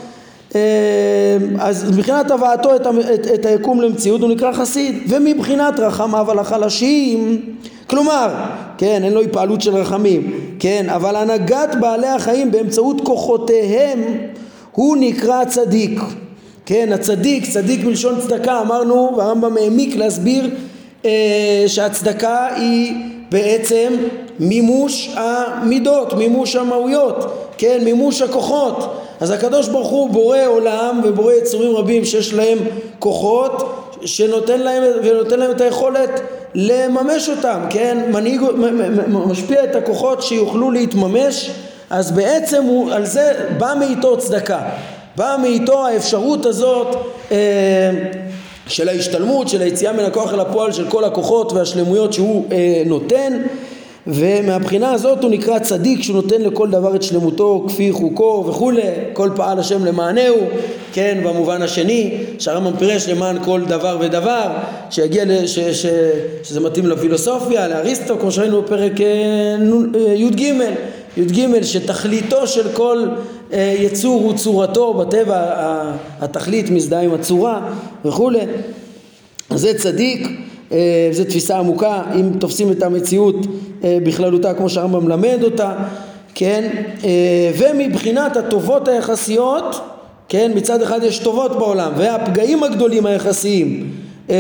אז מבחינת הבאתו את, את, את היקום למציאות הוא נקרא חסיד, ומבחינת רחמיו על החלשים, כלומר, כן, אין לו התפעלות של רחמים, כן, אבל הנהגת בעלי החיים באמצעות כוחותיהם הוא נקרא צדיק. כן, הצדיק, צדיק מלשון צדקה, אמרנו, והרמב"ם העמיק להסביר אה, שהצדקה היא בעצם מימוש המידות, מימוש המהויות, כן, מימוש הכוחות. אז הקדוש ברוך הוא בורא עולם ובורא יצורים רבים שיש להם כוחות, שנותן להם ונותן להם את היכולת לממש אותם, כן, מנהיג, משפיע את הכוחות שיוכלו להתממש. אז בעצם הוא, על זה בא מאיתו צדקה, בא מאיתו האפשרות הזאת אה, של ההשתלמות, של היציאה מן הכוח אל הפועל של כל הכוחות והשלמויות שהוא אה, נותן, ומהבחינה הזאת הוא נקרא צדיק, שהוא נותן לכל דבר את שלמותו כפי חוקו וכו'. כל פעל השם למענהו, כן, במובן השני שהרמב"ם פירש למען כל דבר ודבר, שיגיע לש, ש, שזה מתאים לפילוסופיה, לאריסטו, כמו שראינו בפרק י"ג, י"ג, שתכליתו של כל יצור הוא צורתו, בטבע התכלית מזדהה עם הצורה וכו'. זה צדיק, זו תפיסה עמוקה, אם תופסים את המציאות בכללותה כמו שהרמב"ם מלמד אותה, כן, ומבחינת הטובות היחסיות, כן, מצד אחד יש טובות בעולם, והפגעים הגדולים היחסיים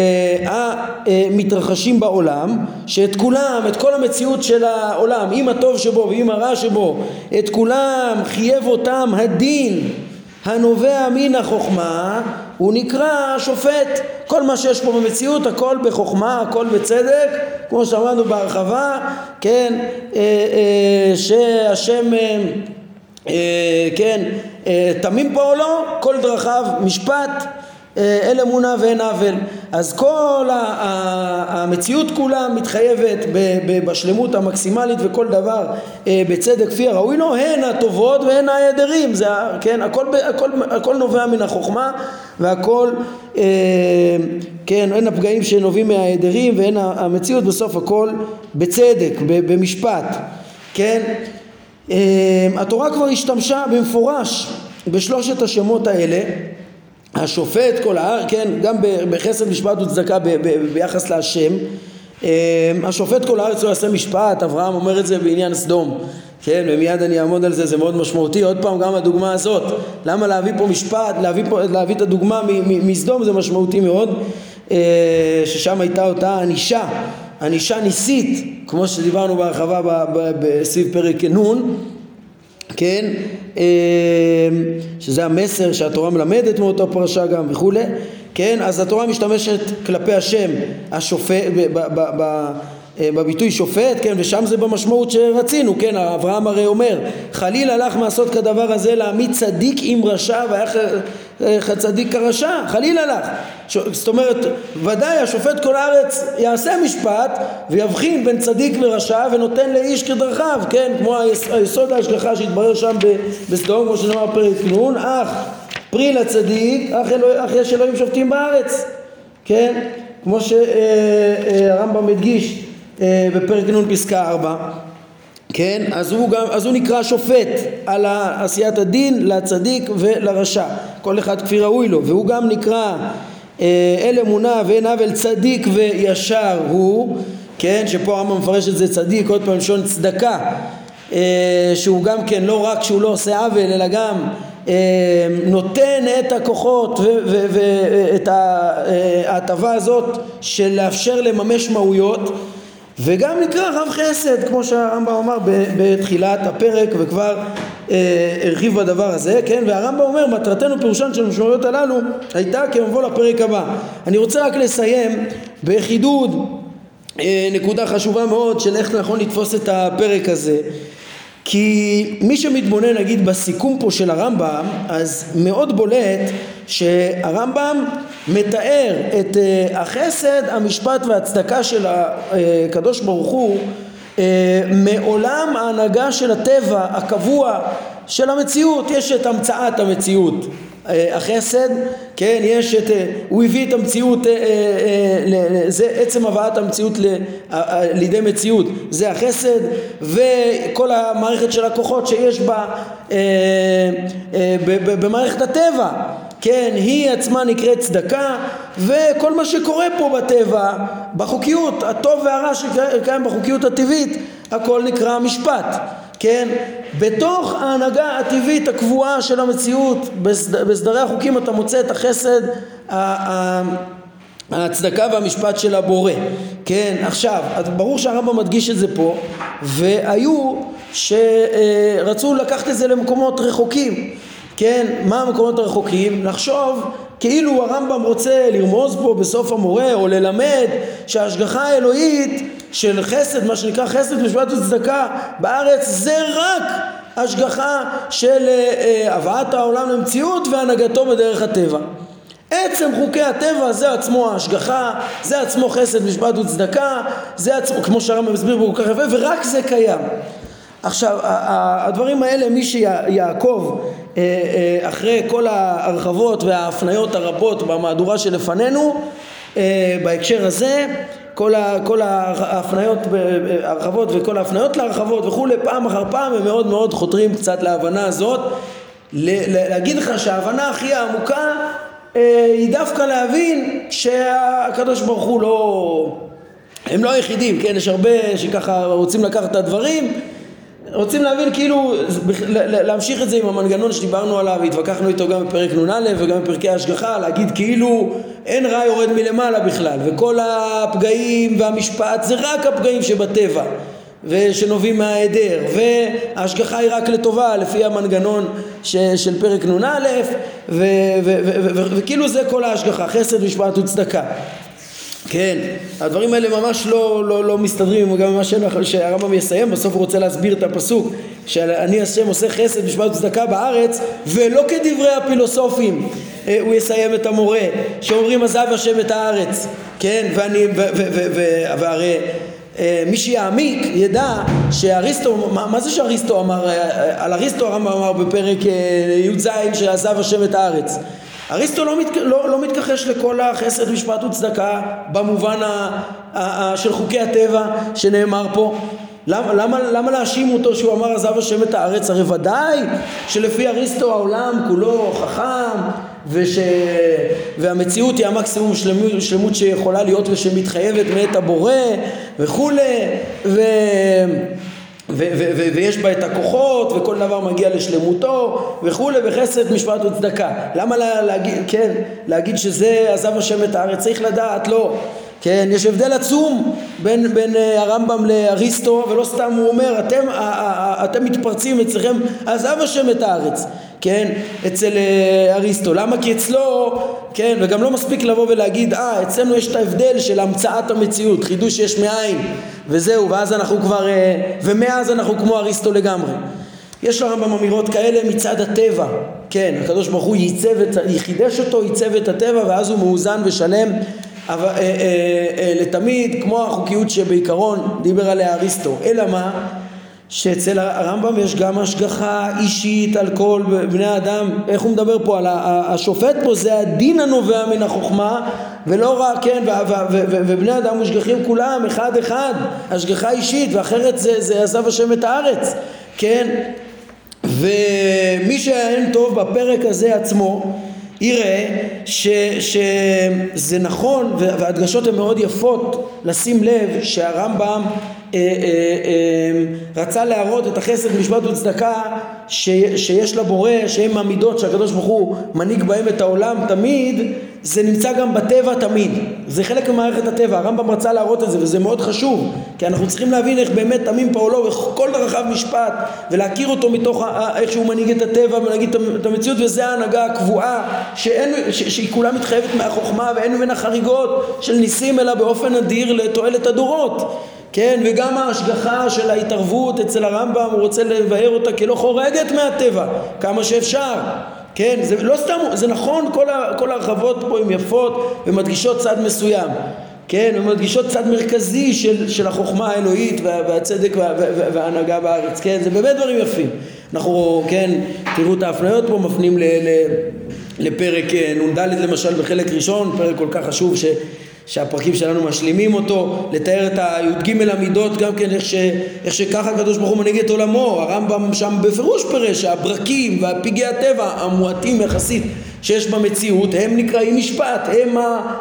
המתרחשים בעולם, שאת כולם, את כל המציאות של העולם, עם הטוב שבו ועם הרע שבו, את כולם חייב אותם הדין הנובע מן החוכמה, הוא נקרא שופט. כל מה שיש פה במציאות, הכל בחוכמה, הכל בצדק, כמו שאמרנו בהרחבה, כן, שהשם, כן, תמים פה או לא, כל דרכיו משפט, אל אמונה ואין עוול. אז כל המציאות כולה מתחייבת בשלמות המקסימלית וכל דבר בצדק כפי הראוי לו, הן הטובות והן ההיעדרים. זה, כן, הכל, הכל, הכל נובע מן החוכמה, והכל, כן, הן הפגעים שנובעים מההיעדרים והן המציאות, בסוף הכל בצדק, במשפט, כן. התורה כבר השתמשה במפורש בשלושת השמות האלה, השופט כל הארץ, כן, גם בחסד משפט וצדקה ביחס להשם. השופט כל הארץ לא יעשה משפט, אברהם אומר את זה בעניין סדום, כן, ומיד אני אעמוד על זה, זה מאוד משמעותי. עוד פעם, גם הדוגמה הזאת, למה להביא פה משפט, להביא, פה, להביא את הדוגמה מסדום, זה משמעותי מאוד, ששם הייתה אותה ענישה, ענישה ניסית, כמו שדיברנו בהרחבה בסביב פרק נון, כן, שזה המסר שהתורה מלמדת מאותה פרשה גם וכו', כן. אז התורה משתמשת כלפי השם השופט בביטוי שופט, כן, ושם זה במשמעות שרצינו, כן. אברהם הרי אומר, חלילה לך מעשות כדבר הזה להעמיד צדיק עם רשע ואיך צדיק כרשע, חלילה לך. זאת אומרת, ודאי השופט כל הארץ יעשה משפט ויבחין בין צדיק לרשע ונותן לאיש כדרכיו, כן, כמו היסוד ההשגחה שהתברר שם בסדום, כמו שנאמר פרק נון, אך פרי לצדיק, אך, אלוה, אך יש אלוהים שופטים בארץ, כן, כמו שהרמב"ם מדגיש בפרק נון פסקה ארבע, כן. אז הוא גם, אז הוא נקרא שופט על עשיית הדין לצדיק ולרשע, כל אחד כפי ראוי לו, והוא גם נקרא אל אמונה ואין עוול צדיק וישר הוא, כן, שפה הרמב"ם מפרש את זה צדיק, עוד פעם שון צדקה, שהוא גם כן לא רק שהוא לא עושה עוול אלא גם נותן את הכוחות ואת ההטבה הזאת של לאפשר לממש מהויות, וגם נקרא רב חסד, כמו שהרמב"ם אמר בתחילת הפרק וכבר הרחיב בדבר הזה, כן. והרמב"ם אומר, מטרתנו פירושן של המשמעויות הללו הייתה כמבוא לפרק הבא. אני רוצה רק לסיים בחידוד נקודה חשובה מאוד של איך נכון לתפוס את הפרק הזה, כי מי שמתבונן נגיד בסיכום פה של הרמב"ם, אז מאוד בולט שהרמב"ם מתאר את החסד, המשפט והצדקה של הקדוש ברוך הוא מעולם ההנהגה של הטבע הקבוע של המציאות. יש את המצאת המציאות החסד, כן, יש את, הוא הביא את המציאות, זה עצם הבאת המציאות לידי מציאות, זה החסד, וכל המערכת של הכוחות שיש בה במערכת הטבע, כן, היא עצמה נקראת צדקה, וכל מה שקורה פה בטבע, בחוקיות, הטוב והרע שקיים בחוקיות הטבעית, הכל נקרא משפט, כן? בתוך ההנהגה הטבעית הקבועה של המציאות, בסדרי החוקים אתה מוצא את החסד, הצדקה והמשפט של הבורא, כן? עכשיו, ברור שהרמב"ם מדגיש את זה פה, והיו שרצו לקחת את זה למקומות רחוקים, כן? מה המקומות הרחוקים? לחשוב כאילו הרמב"ם רוצה לרמוז פה בסוף המורה או ללמד שההשגחה האלוהית של חסד, מה שנקרא חסד משפט וצדקה בארץ, זה רק השגחה של הבאת העולם למציאות והנהגתו בדרך הטבע. עצם חוקי הטבע זה עצמו ההשגחה, זה עצמו חסד משפט וצדקה, זה עצמו, כמו שהרמב"ם מסביר פה כל כך יפה, ורק זה קיים. עכשיו, הדברים האלה, מי שיעקב אחרי כל ההרחבות וההפניות הרבות במהדורה שלפנינו, בהקשר הזה, כל, ה, כל ההפניות, הרחבות וכל ההפניות להרחבות וכולי, פעם אחר פעם הם מאוד מאוד חותרים קצת להבנה הזאת. להגיד לך שההבנה הכי העמוקה היא דווקא להבין שהקדוש ברוך הוא לא, הם לא היחידים, כן? יש הרבה שככה רוצים לקחת את הדברים, רוצים להבין כאילו, להמשיך את זה עם המנגנון שדיברנו עליו, התווכחנו איתו גם בפרק נ"א וגם בפרקי ההשגחה, להגיד כאילו אין רע יורד מלמעלה בכלל, וכל הפגעים והמשפט זה רק הפגעים שבטבע ושנובעים מההיעדר, וההשגחה היא רק לטובה לפי המנגנון ש, של פרק נ"א, וכאילו זה כל ההשגחה, חסד משפט וצדקה. כן, הדברים האלה ממש לא, לא, לא מסתדרים גם מה שהרמב"ם יסיים. בסוף הוא רוצה להסביר את הפסוק שאני השם עושה חסד משפט וצדקה בארץ, ולא כדברי הפילוסופים. הוא יסיים את המורה שאומרים עזב השם את הארץ, כן, ואני ו, ו, ו, ו, והרי מי שיעמיק ידע שאריסטו, מה, מה זה שאריסטו אמר, על אריסטו הרמב"ם אמר בפרק י"ז שעזב השם את הארץ. אריסטו לא, מת, לא, לא מתכחש לכל החסד משפט וצדקה במובן ה, ה, ה, של חוקי הטבע שנאמר פה. למה, למה, למה להאשים אותו שהוא אמר עזב השם את הארץ? הרי ודאי שלפי אריסטו העולם כולו חכם, וש... והמציאות היא המקסימום שלמות, שלמות שיכולה להיות ושמתחייבת מאת הבורא וכו' ו... ו- ו- ו- ויש בה את הכוחות וכל דבר מגיע לשלמותו וכו', בחסד משפט וצדקה. למה לה, להגיד, כן, להגיד שזה עזב השם את הארץ? צריך לדעת, לא, כן, יש הבדל עצום בין, בין הרמב"ם לאריסטו, ולא סתם הוא אומר אתם, אתם מתפרצים אצלכם עזב השם את הארץ, כן, אצל אריסטו. למה? כי אצלו, כן, וגם לא מספיק לבוא ולהגיד אה, אצלנו יש את ההבדל של המצאת המציאות, חידוש יש מאין וזהו, ואז אנחנו כבר, ומאז אנחנו כמו אריסטו לגמרי. יש לרמב"ם אמירות כאלה מצד הטבע, כן, הקדוש ברוך הוא ייצב את, יחידש אותו, ייצב את הטבע, ואז הוא מאוזן ושלם אבל, אה, אה, אה, לתמיד, כמו החוקיות שבעיקרון דיבר עליה אריסטו. אלא מה? שאצל הרמב"ם יש גם השגחה אישית על כל בני האדם. איך הוא מדבר פה? על השופט פה זה הדין הנובע מן החוכמה, ולא רק, כן, ובני האדם מושגחים כולם אחד אחד, השגחה אישית, ואחרת זה, זה עזב השם את הארץ, כן? ומי שאין טוב בפרק הזה עצמו יראה ש, שזה נכון, וההדגשות הן מאוד יפות לשים לב שהרמב"ם אה, אה, אה, רצה להראות את החסד משפט וצדקה ש, שיש לבורא, שהם המידות שהקדוש ברוך הוא מנהיג בהם את העולם תמיד, זה נמצא גם בטבע תמיד, זה חלק ממערכת הטבע. הרמב"ם רצה להראות את זה, וזה מאוד חשוב, כי אנחנו צריכים להבין איך באמת תמים פועלו וכל דרכיו משפט, ולהכיר אותו מתוך איך שהוא מנהיג את הטבע ומנהיג את המציאות, וזה ההנהגה הקבועה שאין, ש, שהיא כולה מתחייבת מהחוכמה ואין ממנה חריגות של ניסים, אלא באופן אדיר לתועלת הדורות, כן? וגם ההשגחה של ההתערבות אצל הרמב"ם, הוא רוצה לבאר אותה כלא חורגת מהטבע כמה שאפשר, כן? זה לא סתם, זה נכון, כל, ה, כל הרחבות פה הן יפות ומדגישות צד מסוים, כן? ומדגישות צד מרכזי של, של החוכמה האלוהית וה, והצדק וה, וה, וההנהגה בארץ, כן? זה באמת דברים יפים. אנחנו, כן, תראו את ההפניות פה, מפנים ל, ל, לפרק נ"ד למשל בחלק ראשון, פרק כל כך חשוב ש... שהפרקים שלנו משלימים אותו, לתאר את הי"ג המידות גם כן, איך, ש, איך שככה הקדוש ברוך הוא מנהיג את עולמו. הרמב"ם שם בפירוש פירש שהברקים והפגעי הטבע המועטים יחסית שיש במציאות הם נקראים משפט, הם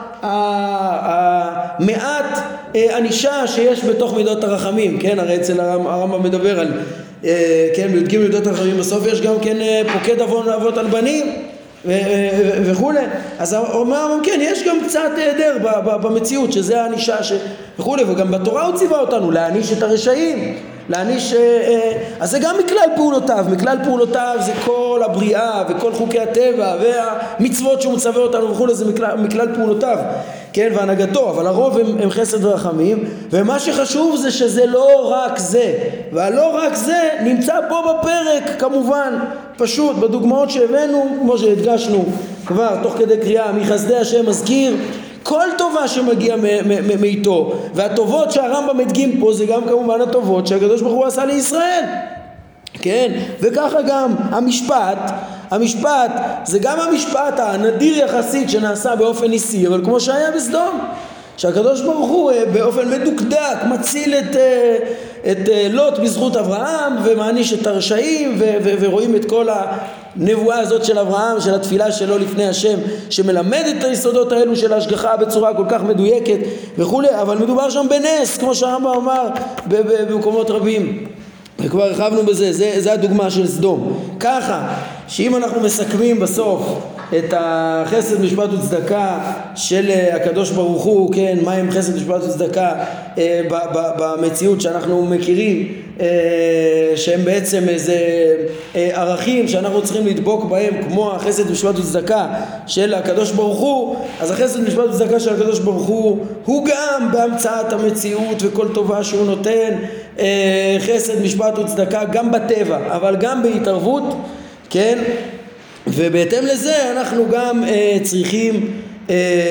המעט ענישה שיש בתוך מידות הרחמים. כן, הרי אצל הרמב"ם מדבר על, כן, בי"ג מידות הרחמים בסוף יש גם כן פוקד עוון אבות על בנים וכו'. אז אומר, כן, יש גם קצת היעדר במציאות שזה הענישה וכו', וגם בתורה הוא ציווה אותנו להעניש את הרשעים, להעניש, אז זה גם מכלל פעולותיו. מכלל פעולותיו זה כל הבריאה וכל חוקי הטבע והמצוות שהוא מצווה אותנו וכו', זה מכלל, מכלל פעולותיו, כן, והנהגתו. אבל הרוב הם, הם חסד ורחמים, ומה שחשוב זה שזה לא רק זה, והלא רק זה נמצא פה בפרק כמובן, פשוט בדוגמאות שהבאנו, כמו שהדגשנו כבר תוך כדי קריאה, מחסדי השם מזכיר כל טובה שמגיע מאיתו, והטובות שהרמב"ם מדגים פה זה גם כמובן הטובות שהקדוש ברוך הוא עשה לישראל, כן? וככה גם המשפט, המשפט זה גם המשפט הנדיר יחסית שנעשה באופן ניסי, אבל כמו שהיה בסדום, שהקדוש ברוך הוא באופן מדוקדק מציל את, את לוט בזכות אברהם ומעניש את הרשעים, ו- ו- ורואים את כל הנבואה הזאת של אברהם, של התפילה שלו לפני השם, שמלמד את היסודות האלו של ההשגחה בצורה כל כך מדויקת וכו'. אבל מדובר שם בנס, כמו שהרמב"ם אמר במקומות רבים, וכבר הרחבנו בזה. זה, זה הדוגמה של סדום. ככה שאם אנחנו מסכמים בסוף את החסד משפט וצדקה של הקדוש ברוך הוא, כן, מה הם חסד משפט וצדקה אה, ב- ב- במציאות שאנחנו מכירים, אה, שהם בעצם איזה אה, ערכים שאנחנו צריכים לדבוק בהם כמו החסד משפט וצדקה של הקדוש ברוך הוא. אז החסד משפט וצדקה של הקדוש ברוך הוא הוא גם בהמצאת המציאות וכל טובה שהוא נותן, אה, חסד משפט וצדקה גם בטבע אבל גם בהתערבות, כן, ובהתאם לזה אנחנו גם אה, צריכים אה,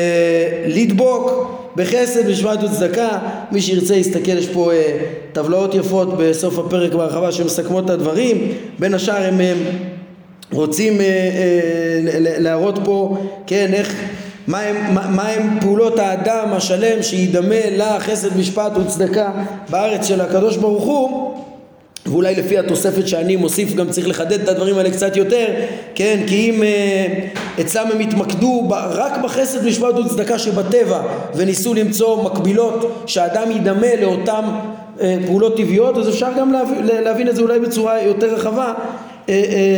לדבוק בחסד משפט וצדקה. מי שירצה יסתכל, יש פה אה, טבלאות יפות בסוף הפרק בהרחבה שמסכמות את הדברים. בין השאר הם, הם רוצים אה, אה, להראות פה, כן, איך, מה הם, מה, מה הם פעולות האדם השלם שידמה לחסד משפט וצדקה בארץ של הקדוש ברוך הוא. ואולי לפי התוספת שאני מוסיף גם צריך לחדד את הדברים האלה קצת יותר, כן, כי אם uh, אצלם הם התמקדו ב, רק בחסד משפט וצדקה שבטבע וניסו למצוא מקבילות שהאדם ידמה לאותם uh, פעולות טבעיות, אז אפשר גם להבין, להבין את זה אולי בצורה יותר רחבה, uh, uh,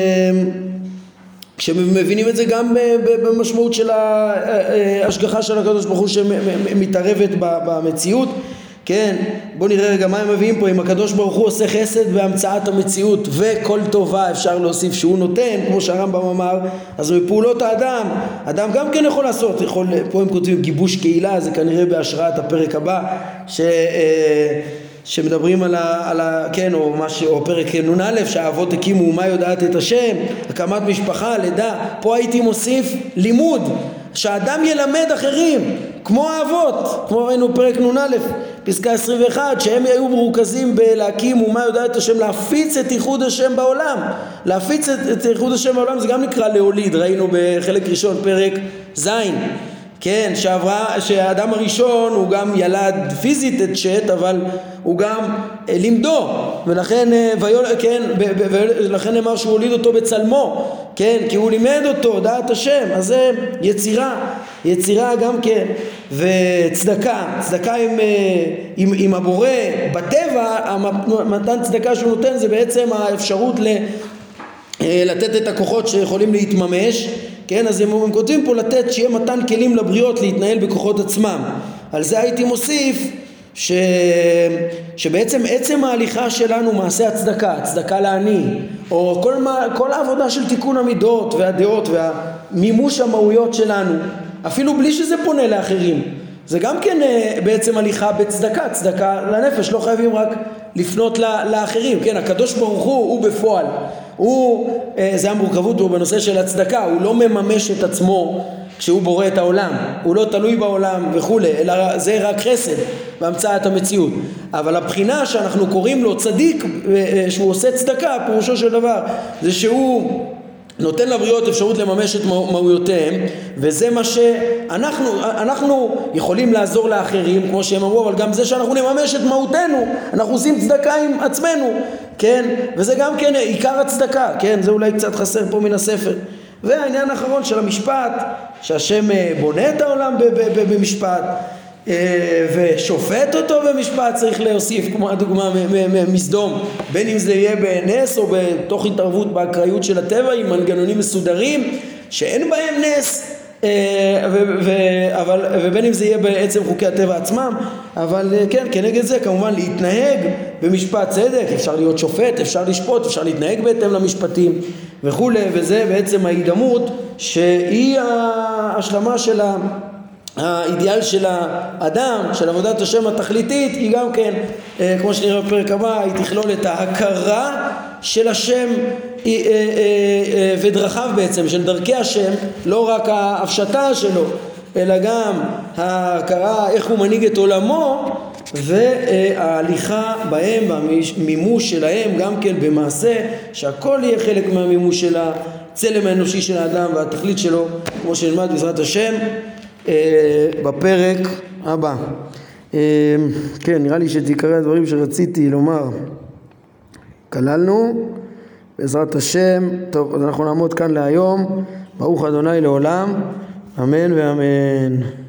כשמבינים את זה גם במשמעות של ההשגחה של הקדוש ברוך הוא שמתערבת במציאות. כן, בוא נראה רגע מה הם מביאים פה. אם הקדוש ברוך הוא עושה חסד בהמצאת המציאות וכל טובה אפשר להוסיף שהוא נותן, כמו שהרמב"ם אמר, אז בפעולות האדם, אדם גם כן יכול לעשות, יכול, פה הם כותבים גיבוש קהילה, זה כנראה בהשראת הפרק הבא ש, שמדברים על ה, על ה, כן, או, מש, או פרק נ"א, שהאבות הקימו מה יודעת את השם, הקמת משפחה, לידה. פה הייתי מוסיף לימוד, שהאדם ילמד אחרים כמו האבות, כמו ראינו פרק נ"א פסקה עשרים ואחת, שהם היו מרוכזים בלהקים ומה יודעת השם, להפיץ את ייחוד השם בעולם. להפיץ את, את ייחוד השם בעולם זה גם נקרא להוליד, ראינו בחלק ראשון פרק זין, כן, שעברה, שהאדם הראשון הוא גם ילד פיזית את שת, אבל הוא גם אה, לימדו, ולכן אה, ויול, כן, ב, ב, ולכן אמר שהוא הוליד אותו בצלמו, כן, כי הוא לימד אותו דעת השם. אז זה יצירה, יצירה גם כן. וצדקה, צדקה עם, עם, עם הבורא בטבע, המתן צדקה שהוא נותן זה בעצם האפשרות ל, לתת את הכוחות שיכולים להתממש, כן, אז הם כותבים פה לתת שיהיה מתן כלים לבריות להתנהל בכוחות עצמם. על זה הייתי מוסיף ש... שבעצם עצם ההליכה שלנו מעשה הצדקה, הצדקה לעני, או כל, מה... כל העבודה של תיקון המידות והדעות והמימוש המהויות שלנו, אפילו בלי שזה פונה לאחרים, זה גם כן בעצם הליכה בצדקה, צדקה לנפש. לא חייבים רק לפנות לאחרים, כן, הקדוש ברוך הוא הוא בפועל, הוא, זה המורכבות בו בנושא של הצדקה, הוא לא מממש את עצמו כשהוא בורא את העולם, הוא לא תלוי בעולם וכו', אלא זה רק חסד בהמצאת המציאות. אבל הבחינה שאנחנו קוראים לו צדיק, שהוא עושה צדקה, פירושו של דבר זה שהוא נותן לבריות אפשרות לממש את מהויותיהם, וזה מה שאנחנו אנחנו יכולים לעזור לאחרים כמו שהם אמרו, אבל גם זה שאנחנו נממש את מהותנו, אנחנו עושים צדקה עם עצמנו, כן? וזה גם כן עיקר הצדקה, כן? זה אולי קצת חסר פה מן הספר. והעניין האחרון של המשפט, שהשם בונה את העולם במשפט ושופט אותו במשפט, צריך להוסיף כמו הדוגמה מסדום, בין אם זה יהיה בנס או בתוך התערבות באקראיות של הטבע עם מנגנונים מסודרים שאין בהם נס, אבל ובין אם זה יהיה בעצם חוקי הטבע עצמם, אבל כן, כנגד זה כמובן להתנהג במשפט צדק, אפשר להיות שופט, אפשר לשפוט, אפשר להתנהג בהתאם למשפטים וכו', וזה בעצם ההידמות שהיא ההשלמה של ה האידיאל של האדם, של עבודת השם התכליתית, היא גם כן, כמו שנראה בפרק הבא, היא תכלול את ההכרה של השם ודרכיו בעצם, של דרכי השם, לא רק ההפשטה שלו, אלא גם ההכרה איך הוא מנהיג את עולמו, וההליכה בהם, והמימוש שלהם גם כן במעשה, שהכל יהיה חלק מהמימוש של הצלם האנושי של האדם והתכלית שלו, כמו שנלמד בעזרת השם בפרק הבא. כן, נראה לי שתיקרא הדברים שרציתי לומר כללנו בעזרת השם. טוב, אז אנחנו נעמוד כאן להיום. ברוך אדוני לעולם, אמן ואמן.